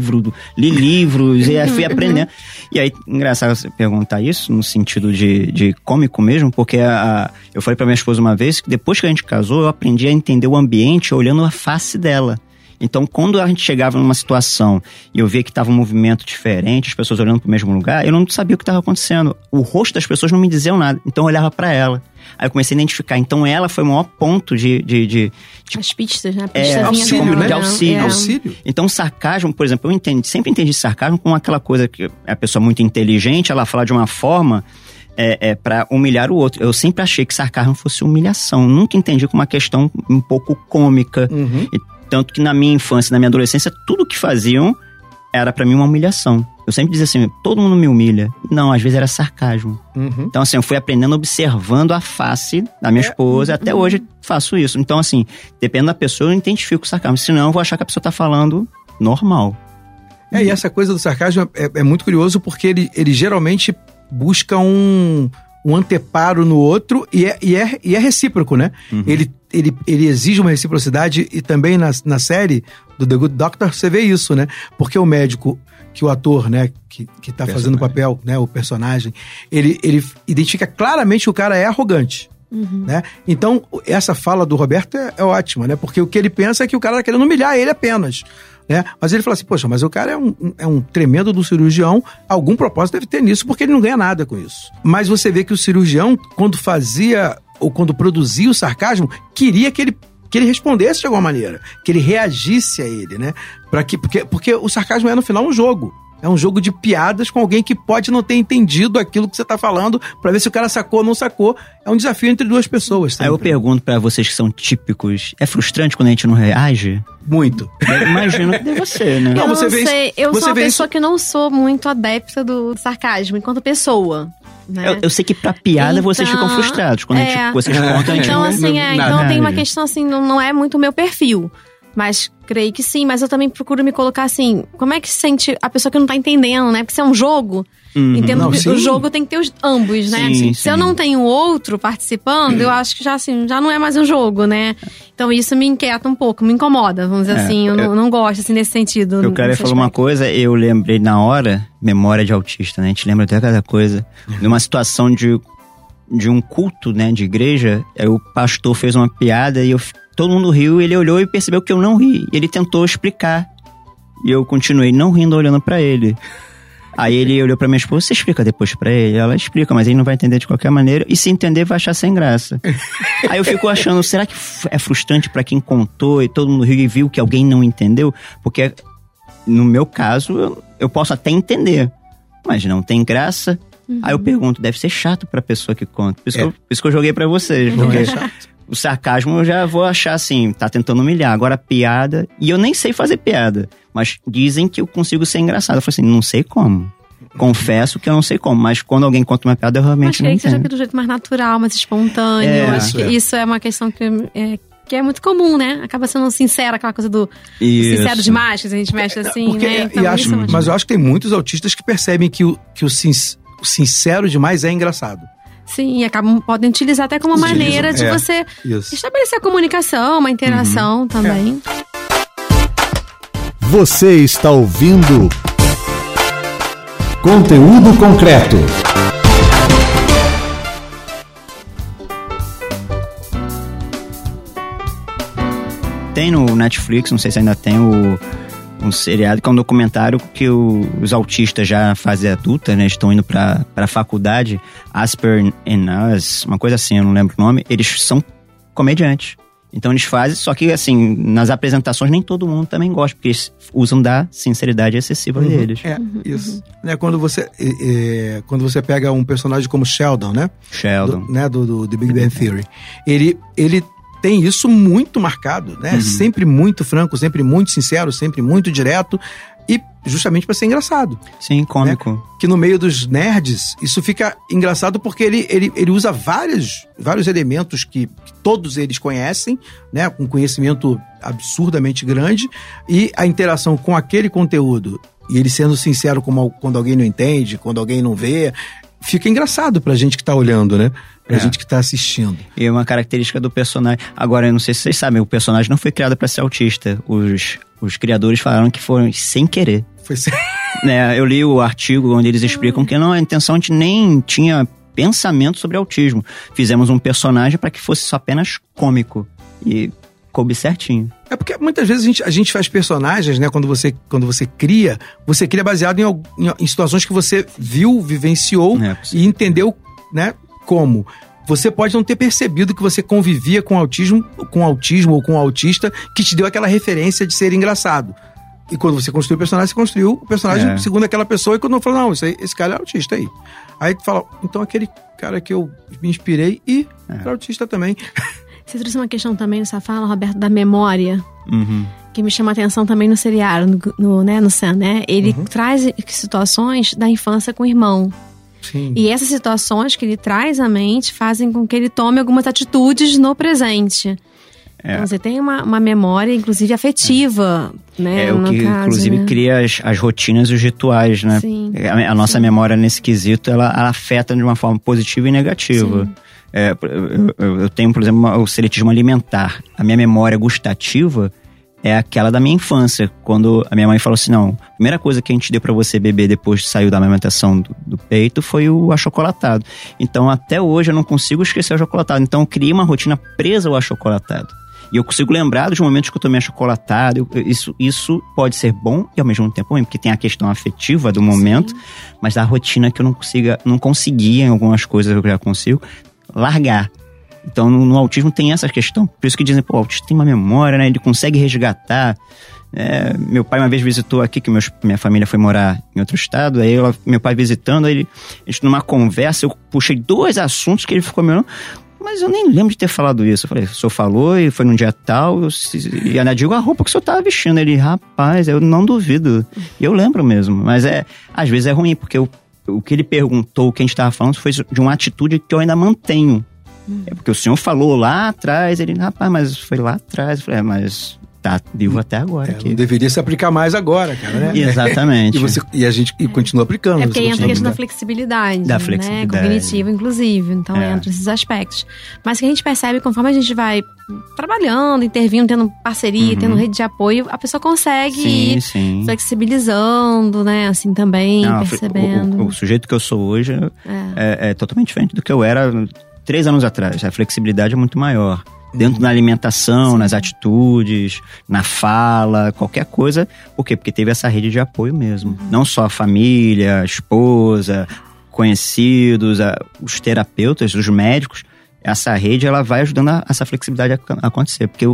livros e aí fui aprendendo. E aí, engraçado você perguntar isso, no sentido de cômico mesmo, porque eu falei pra minha esposa uma vez que depois que a gente casou, eu aprendi a entender o ambiente olhando a face dela. Então, quando a gente chegava numa situação e eu via que estava um movimento diferente, as pessoas olhando pro mesmo lugar, eu não sabia o que estava acontecendo. O rosto das pessoas não me diziam nada, então eu olhava pra ela. Aí eu comecei a identificar. Então ela foi o maior ponto de as pistas, né? Auxílio, né? De auxílio. Então o sarcasmo, por exemplo, sempre entendi sarcasmo como aquela coisa que a pessoa muito inteligente, ela fala de uma forma pra humilhar o outro. Eu sempre achei que sarcasmo fosse humilhação. Nunca entendi como uma questão um pouco cômica. E tanto que na minha infância, na minha adolescência, tudo que faziam era pra mim uma humilhação. Eu sempre dizia assim, todo mundo me humilha. Não, às vezes era sarcasmo. Então assim, eu fui aprendendo observando a face da minha esposa e até hoje faço isso. Então assim, dependendo da pessoa, eu identifico o sarcasmo. Senão eu vou achar que a pessoa tá falando normal. E essa coisa do sarcasmo é muito curioso porque ele geralmente busca um anteparo no outro e é recíproco, né? Ele exige uma reciprocidade e também na série do The Good Doctor você vê isso, né? Porque o médico, que o ator, né, que tá fazendo o papel, né, o personagem, ele identifica claramente que o cara é arrogante. Né? Então, essa fala do Roberto é ótima, né? Porque o que ele pensa é que o cara tá querendo humilhar ele apenas. Né? Mas ele fala assim, poxa, mas o cara é um tremendo do cirurgião, algum propósito deve ter nisso, porque ele não ganha nada com isso. Mas você vê que o cirurgião, quando fazia, ou quando produzia o sarcasmo, queria que ele respondesse de alguma maneira, que ele reagisse a ele, né? Porque o sarcasmo é, no final, um jogo. É um jogo de piadas com alguém que pode não ter entendido aquilo que você tá falando, pra ver se o cara sacou ou não sacou. É um desafio entre duas pessoas. Aí eu pergunto pra vocês que são típicos, é frustrante quando a gente não reage? Muito. Eu imagino que deve ser, né? Eu não sei, eu sou uma pessoa que não sou muito adepta do sarcasmo enquanto pessoa. né? Eu sei que pra piada vocês ficam frustrados quando vocês contam. Então, assim, então tem uma questão assim, não é muito o meu perfil. Mas creio que sim, mas eu também procuro me colocar assim, como é que se sente a pessoa que não tá entendendo, né? Porque se é um jogo, entendo que o jogo tem que ter ambos, né? Se eu não tenho outro participando, eu acho que já não é mais um jogo, né? Então isso me inquieta um pouco, me incomoda, vamos dizer assim, eu não gosto assim nesse sentido. Eu quero falar uma coisa, eu lembrei na hora, memória de autista, né? A gente lembra até cada coisa. Numa situação de um culto, né, de igreja, o pastor fez uma piada e todo mundo riu, ele olhou e percebeu que eu não ri. Ele tentou explicar. E eu continuei não rindo, olhando pra ele. Aí ele olhou pra minha esposa, você explica depois pra ele? Ela explica, mas ele não vai entender de qualquer maneira. E se entender, vai achar sem graça. Aí eu fico achando, será que é frustrante pra quem contou e todo mundo riu e viu que alguém não entendeu? Porque, no meu caso, eu posso até entender. Mas não tem graça. Aí eu pergunto, deve ser chato pra pessoa que conta. Por isso que eu joguei pra vocês. Porque o sarcasmo eu já vou achar assim, tá tentando humilhar. Agora piada, e eu nem sei fazer piada, mas dizem que eu consigo ser engraçado. Eu falei assim, não sei como. Confesso que eu não sei como, mas quando alguém conta uma piada, eu realmente não entendo. Acho que seja do jeito mais natural, mais espontâneo. Eu acho que isso é uma questão que é muito comum, né? Acaba sendo sincero, aquela coisa do sincero demais, que a gente mexe assim, né? Então, mas eu acho que tem muitos autistas que percebem que o sincero demais é engraçado. Sim, e podem utilizar até como uma maneira de você estabelecer a comunicação, uma interação também. Você está ouvindo Conteúdo Concreto. Tem no Netflix, não sei se ainda tem um seriado que é um documentário que os autistas já fase adulta, né, estão indo pra faculdade, Asper and Us, uma coisa assim, eu não lembro o nome, eles são comediantes. Então eles fazem, só que assim, nas apresentações nem todo mundo também gosta, porque eles usam da sinceridade excessiva deles. Isso. Né, quando você pega um personagem como Sheldon, né? Sheldon. Do The Big Bang Theory. Ele tem isso muito marcado, né? Sempre muito franco, sempre muito sincero, sempre muito direto. E justamente para ser engraçado. Sim, cômico. Né? Que no meio dos nerds, isso fica engraçado porque ele usa vários elementos que todos eles conhecem, né? Com conhecimento absurdamente grande. E a interação com aquele conteúdo, e ele sendo sincero quando alguém não entende, quando alguém não vê, fica engraçado pra gente que tá olhando, né? Pra gente que tá assistindo. E é uma característica do personagem. Agora, eu não sei se vocês sabem, o personagem não foi criado pra ser autista. Os criadores falaram que foram sem querer. Foi sem... Né, eu li o artigo onde eles explicam que a intenção, a gente nem tinha pensamento sobre autismo. Fizemos um personagem pra que fosse só apenas cômico. E coube certinho. É porque muitas vezes a gente faz personagens, né? Quando você cria, você cria baseado em situações que você viu, vivenciou e entendeu, né? Como? Você pode não ter percebido que você convivia com autismo ou com autista que te deu aquela referência de ser engraçado. E quando você construiu o personagem, você construiu o personagem segundo aquela pessoa, e quando não falou, não, esse cara é autista aí. Aí tu fala, então aquele cara que eu me inspirei era autista também. Você trouxe uma questão também nessa fala, Roberto, da memória. Que me chama a atenção também no seriado, no Sam, né? Ele traz situações da infância com o irmão. Sim. E essas situações que ele traz à mente fazem com que ele tome algumas atitudes no presente. Então, você tem uma memória, inclusive, afetiva, né? O que, caso, inclusive, né? Cria as rotinas e os rituais, né? Sim. A nossa memória, nesse quesito, ela afeta de uma forma positiva e negativa. Eu tenho, por exemplo, o seletismo alimentar. A minha memória gustativa é aquela da minha infância, quando a minha mãe falou assim, não, a primeira coisa que a gente deu pra você beber depois que saiu da amamentação do peito foi o achocolatado. Então, até hoje, eu não consigo esquecer o achocolatado. Então, eu criei uma rotina presa ao achocolatado. E eu consigo lembrar dos momentos que eu tomei achocolatado. Isso pode ser bom e ao mesmo tempo ruim, porque tem a questão afetiva do momento, mas da rotina que eu não conseguia em algumas coisas eu já consigo largar. Então, no autismo tem essa questão. Por isso que dizem, o autista tem uma memória, né? Ele consegue resgatar. Meu pai uma vez visitou aqui, que minha família foi morar em outro estado. Aí meu pai visitando, a gente numa conversa, eu puxei 2 assuntos que ele ficou me olhando. Mas eu nem lembro de ter falado isso. Eu falei, o senhor falou e foi num dia tal. E ainda digo a roupa que o senhor tava vestindo. Ele, rapaz, eu não duvido. E eu lembro mesmo. Mas às vezes é ruim, porque eu o que ele perguntou, o que a gente estava falando, foi de uma atitude que eu ainda mantenho. É porque o senhor falou lá atrás, ele, rapaz, mas foi lá atrás. Eu falei, mas tá vivo até agora. Aqui. Não deveria se aplicar mais agora, cara, né? Exatamente. E a gente continua aplicando. É porque entra a questão da flexibilidade, da né? flexibilidade. Cognitiva, inclusive. Então, entra esses aspectos. Mas que a gente percebe, conforme a gente vai trabalhando, intervindo, tendo parceria, tendo rede de apoio, a pessoa consegue ir flexibilizando, né? Assim, também, percebendo. O sujeito que eu sou hoje é totalmente diferente do que eu era 3 anos atrás. A flexibilidade é muito maior. Dentro da alimentação, nas atitudes, na fala, qualquer coisa. Por quê? Porque teve essa rede de apoio mesmo. Não só a família, a esposa, conhecidos, os terapeutas, os médicos. Essa rede, ela vai ajudando essa flexibilidade a acontecer. Porque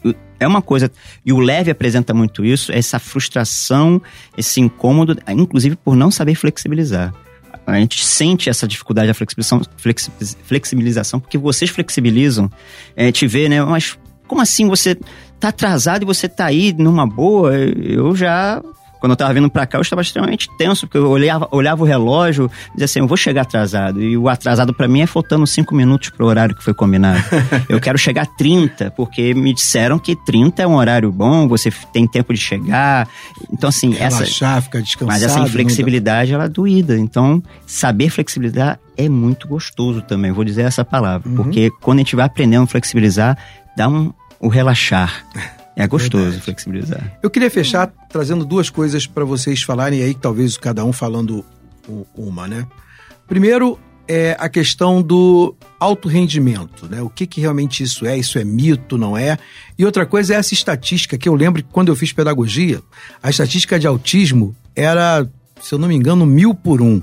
é uma coisa... E o Levy apresenta muito isso, essa frustração, esse incômodo, inclusive por não saber flexibilizar. A gente sente essa dificuldade da flexibilização, porque vocês flexibilizam, te vê, né? Mas como assim você tá atrasado e você tá aí numa boa? Eu já... Quando eu tava vindo pra cá, eu estava extremamente tenso, porque eu olhava o relógio e dizia assim, eu vou chegar atrasado. E o atrasado pra mim é faltando 5 minutos pro horário que foi combinado. Eu quero chegar a 30, porque me disseram que 30 é um horário bom, você tem tempo de chegar. Então, assim... Relaxar, ficar descansado. Mas essa inflexibilidade, ela é doída. Então, saber flexibilizar é muito gostoso também, vou dizer essa palavra. Porque quando a gente vai aprendendo a flexibilizar, dá o relaxar. É gostoso flexibilizar. Eu queria fechar trazendo 2 coisas para vocês falarem aí, talvez cada um falando uma, né? Primeiro, é a questão do alto rendimento, né? O que realmente isso é mito, não é? E outra coisa é essa estatística, que eu lembro que quando eu fiz pedagogia, a estatística de autismo era, se eu não me engano, 1000 por 1.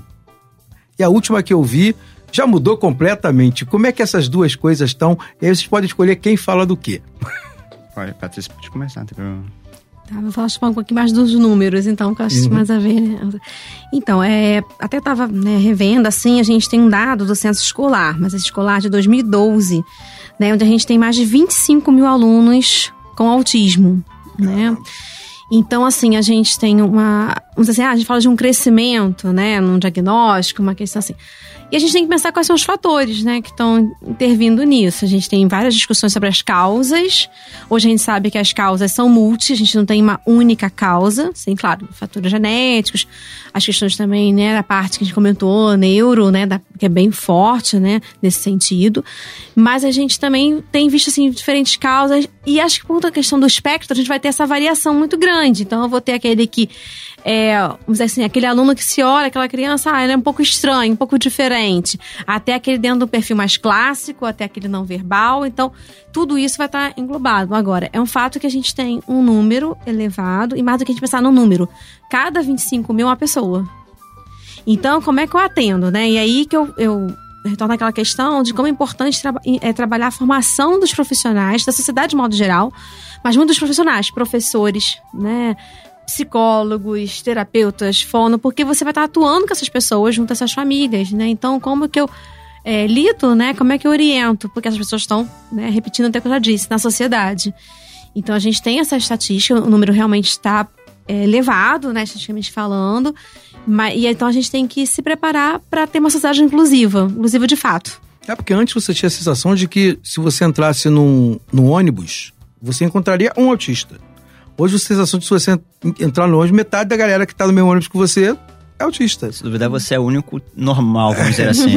E a última que eu vi já mudou completamente. Como é que essas 2 coisas estão? E aí vocês podem escolher quem fala do quê. Olha, Patrícia, pode começar, tá? Vou falar um pouquinho mais dos números, então, que eu acho mais a ver, né? Então, até estava revendo, assim, a gente tem um dado do censo escolar, mas esse escolar de 2012, né, onde a gente tem mais de 25 mil alunos com autismo, né? Então, assim, a gente tem vamos dizer assim, a gente fala de um crescimento, né, num diagnóstico, uma questão assim. E a gente tem que pensar quais são os fatores, né, que estão intervindo nisso. A gente tem várias discussões sobre as causas. Hoje a gente sabe que as causas são multi, a gente não tem uma única causa. Sim, claro, fatores genéticos, as questões também, né, da parte que a gente comentou, neuro, né, que é bem forte, né, nesse sentido. Mas a gente também tem visto, assim, diferentes causas. E acho que por conta da questão do espectro, a gente vai ter essa variação muito grande. Então eu vou ter aquele que vamos dizer assim, aquele aluno que se olha, aquela criança, ele é um pouco estranho, um pouco diferente. Até aquele dentro do perfil mais clássico, até aquele não verbal. Então, tudo isso vai estar englobado. Agora, é um fato que a gente tem um número elevado, e mais do que a gente pensar no número, cada 25 mil é uma pessoa. Então, como é que eu atendo, né? E aí que eu retorno àquela questão de como é importante trabalhar a formação dos profissionais, da sociedade de modo geral, mas muitos profissionais, professores, né, psicólogos, terapeutas, fono, porque você vai estar atuando com essas pessoas junto a essas famílias, né? Então, como que eu lido, né? Como é que eu oriento? Porque essas pessoas estão, né, repetindo até o que eu já disse, na sociedade. Então, a gente tem essa estatística, o número realmente está elevado, né, estatisticamente falando, e então a gente tem que se preparar para ter uma sociedade inclusiva de fato. Porque antes você tinha a sensação de que se você entrasse num ônibus, você encontraria um autista. Hoje você tem a sensação de que se você entrar no ônibus, metade da galera que está no mesmo ônibus que você é autista. Se duvidar, você é o único normal, vamos dizer assim.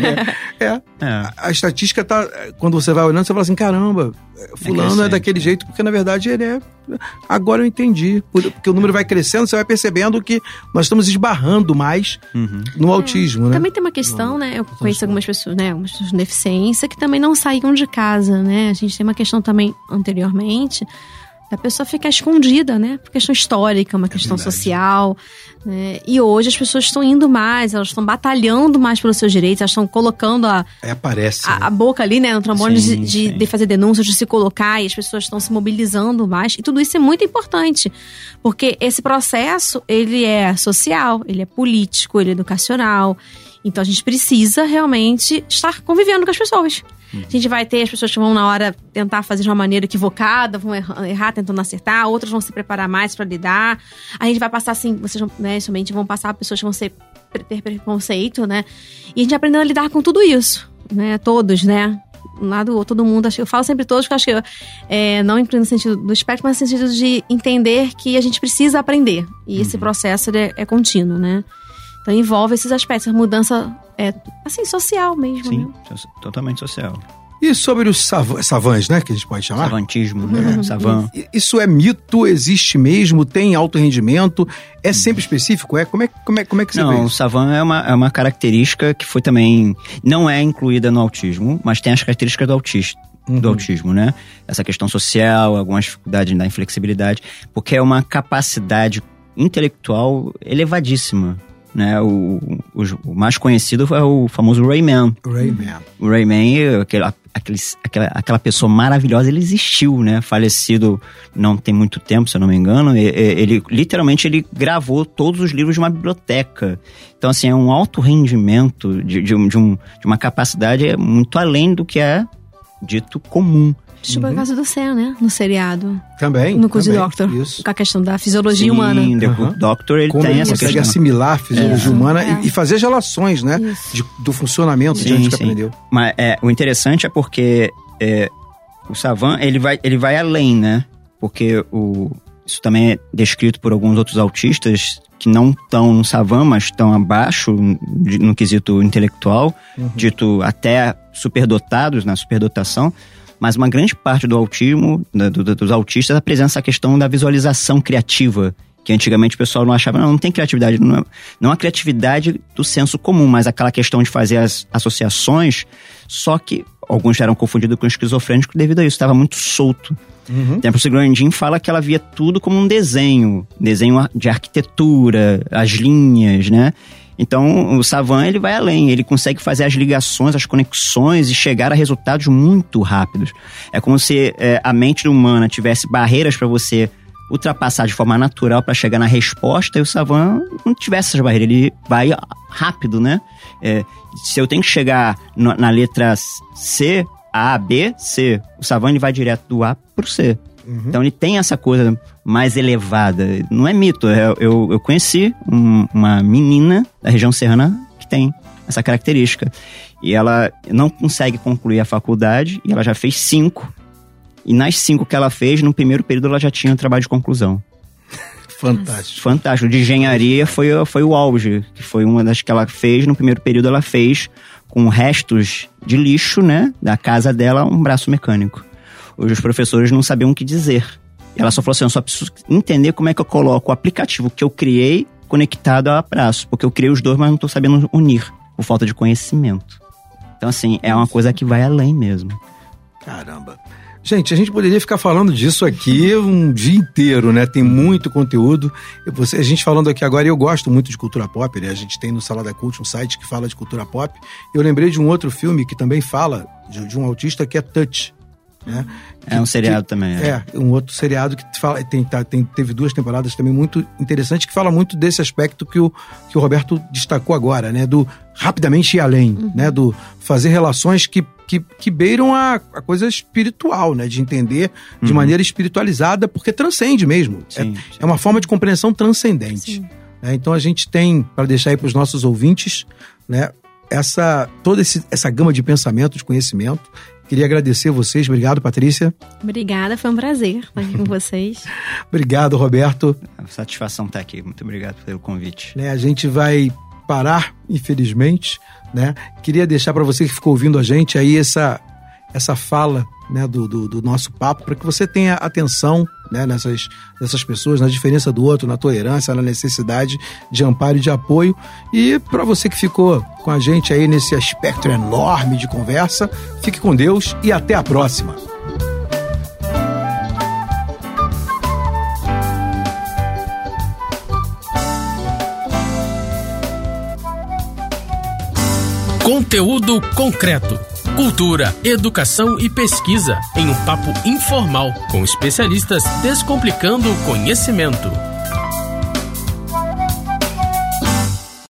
A estatística tá... Quando você vai olhando, você fala assim, caramba, fulano é daquele jeito, porque na verdade ele é... Agora eu entendi. Porque o número vai crescendo, você vai percebendo que nós estamos esbarrando mais no autismo, né? Também tem uma questão, né? Eu conheço algumas pessoas, né? Algumas pessoas com deficiência que também não saíam de casa, né? A gente tem uma questão também, anteriormente, da pessoa ficar escondida, né? Por questão histórica, uma questão social, né? E hoje as pessoas estão indo mais, elas estão batalhando mais pelos seus direitos, elas estão colocando a boca ali, né? No trombone de fazer denúncias, de se colocar, e as pessoas estão se mobilizando mais. E tudo isso é muito importante, porque esse processo, ele é social, ele é político, ele é educacional. Então a gente precisa realmente estar convivendo com as pessoas. A gente vai ter as pessoas que vão na hora tentar fazer de uma maneira equivocada, vão errar tentando acertar, outras vão se preparar mais para lidar. A gente vai passar assim, vocês, né, somente vão passar pessoas que vão ter preconceito, né? E a gente aprendendo a lidar com tudo isso, né? Todos, né? Um lado ou todo mundo. Eu falo sempre todos, porque eu acho que não no sentido do espectro, mas no sentido de entender que a gente precisa aprender. E esse processo é contínuo, né? Então envolve esses aspectos, a mudança assim, social mesmo. Sim, né? Totalmente social. E sobre os savants, né, que a gente pode chamar? Savantismo, né? Savan. Isso é mito? Existe mesmo? Tem alto rendimento? É sempre específico? Como é que você vê Não, o isso? savan é uma característica que foi também... Não é incluída no autismo, mas tem as características do autismo, né? Essa questão social, algumas dificuldades da inflexibilidade, porque é uma capacidade intelectual elevadíssima. Né? O mais conhecido é o famoso Rayman. O Rayman, aquela pessoa maravilhosa, ele existiu, né? Falecido não tem muito tempo, se eu não me engano. Ele literalmente gravou todos os livros de uma biblioteca. Então, assim, é um alto rendimento de uma capacidade muito além do que é dito comum. Tipo a Casa do Céu, né? No seriado. Também. No Good Doctor. Isso. Com a questão da fisiologia humana. Sim, The Good Doctor, ele Como tem ele essa consegue questão. assimilar a fisiologia humana e fazer as relações, né? Do funcionamento que a gente aprendeu. Mas o interessante é porque o savan, ele vai além, né? Porque isso também é descrito por alguns outros autistas que não estão no savan, mas estão abaixo no quesito intelectual, dito até superdotados, na superdotação. Mas uma grande parte do autismo, dos autistas, apresenta essa questão da visualização criativa, que antigamente o pessoal não achava, não tem criatividade, não a criatividade do senso comum, mas aquela questão de fazer as associações, só que alguns eram confundidos com esquizofrênico devido a isso, estava muito solto. Então, o Grandin fala que ela via tudo como um desenho de arquitetura, as linhas, né? Então, o savan, ele vai além, ele consegue fazer as ligações, as conexões e chegar a resultados muito rápidos. É como se a mente humana tivesse barreiras para você ultrapassar de forma natural para chegar na resposta, e o savan não tivesse essas barreiras, ele vai rápido, né? Se eu tenho que chegar na letra C, A, B, C, o savan ele vai direto do A pro C. Então ele tem essa coisa mais elevada. Não é mito. Eu conheci uma menina da região serrana que tem essa característica. E ela não consegue concluir a faculdade e ela já fez 5. E nas 5 que ela fez, no primeiro período ela já tinha um trabalho de conclusão. Fantástico. Fantástico. De engenharia foi o auge, que foi uma das que ela fez. No primeiro período ela fez com restos de lixo, né, da casa dela, um braço mecânico. Os professores não sabiam o que dizer. Ela só falou assim, eu só preciso entender como é que eu coloco o aplicativo que eu criei conectado ao braço. Porque eu criei os dois, mas não estou sabendo unir, por falta de conhecimento. Então, assim, é uma coisa que vai além mesmo. Caramba. Gente, a gente poderia ficar falando disso aqui um dia inteiro, né? Tem muito conteúdo. A gente falando aqui agora, eu gosto muito de cultura pop, né? A gente tem no Salada Cult um site que fala de cultura pop. Eu lembrei de um outro filme que também fala de um autista, que é Touch. Né? É um seriado também. Um outro seriado que fala, teve 2 temporadas também muito interessantes, que fala muito desse aspecto que o Roberto destacou agora, né? Do rapidamente ir além, né? Do fazer relações que beiram a coisa espiritual, né? De entender de maneira espiritualizada, porque transcende mesmo. Sim, é uma forma de compreensão transcendente. Né? Então a gente tem, para deixar aí para os nossos ouvintes, né? Toda essa gama de pensamento, de conhecimento. Queria agradecer a vocês. Obrigado, Patrícia. Obrigada, foi um prazer estar aqui com vocês. Obrigado, Roberto. Satisfação estar aqui. Muito obrigado pelo convite. A gente vai parar, infelizmente, né? Queria deixar para você que ficou ouvindo a gente aí essa fala, né, do nosso papo, para que você tenha atenção, né, nessas pessoas, na diferença do outro, na tolerância, na necessidade de amparo e de apoio. E para você que ficou com a gente aí nesse espectro enorme de conversa, fique com Deus e até a próxima. Conteúdo concreto. Cultura, educação e pesquisa em um papo informal com especialistas descomplicando o conhecimento.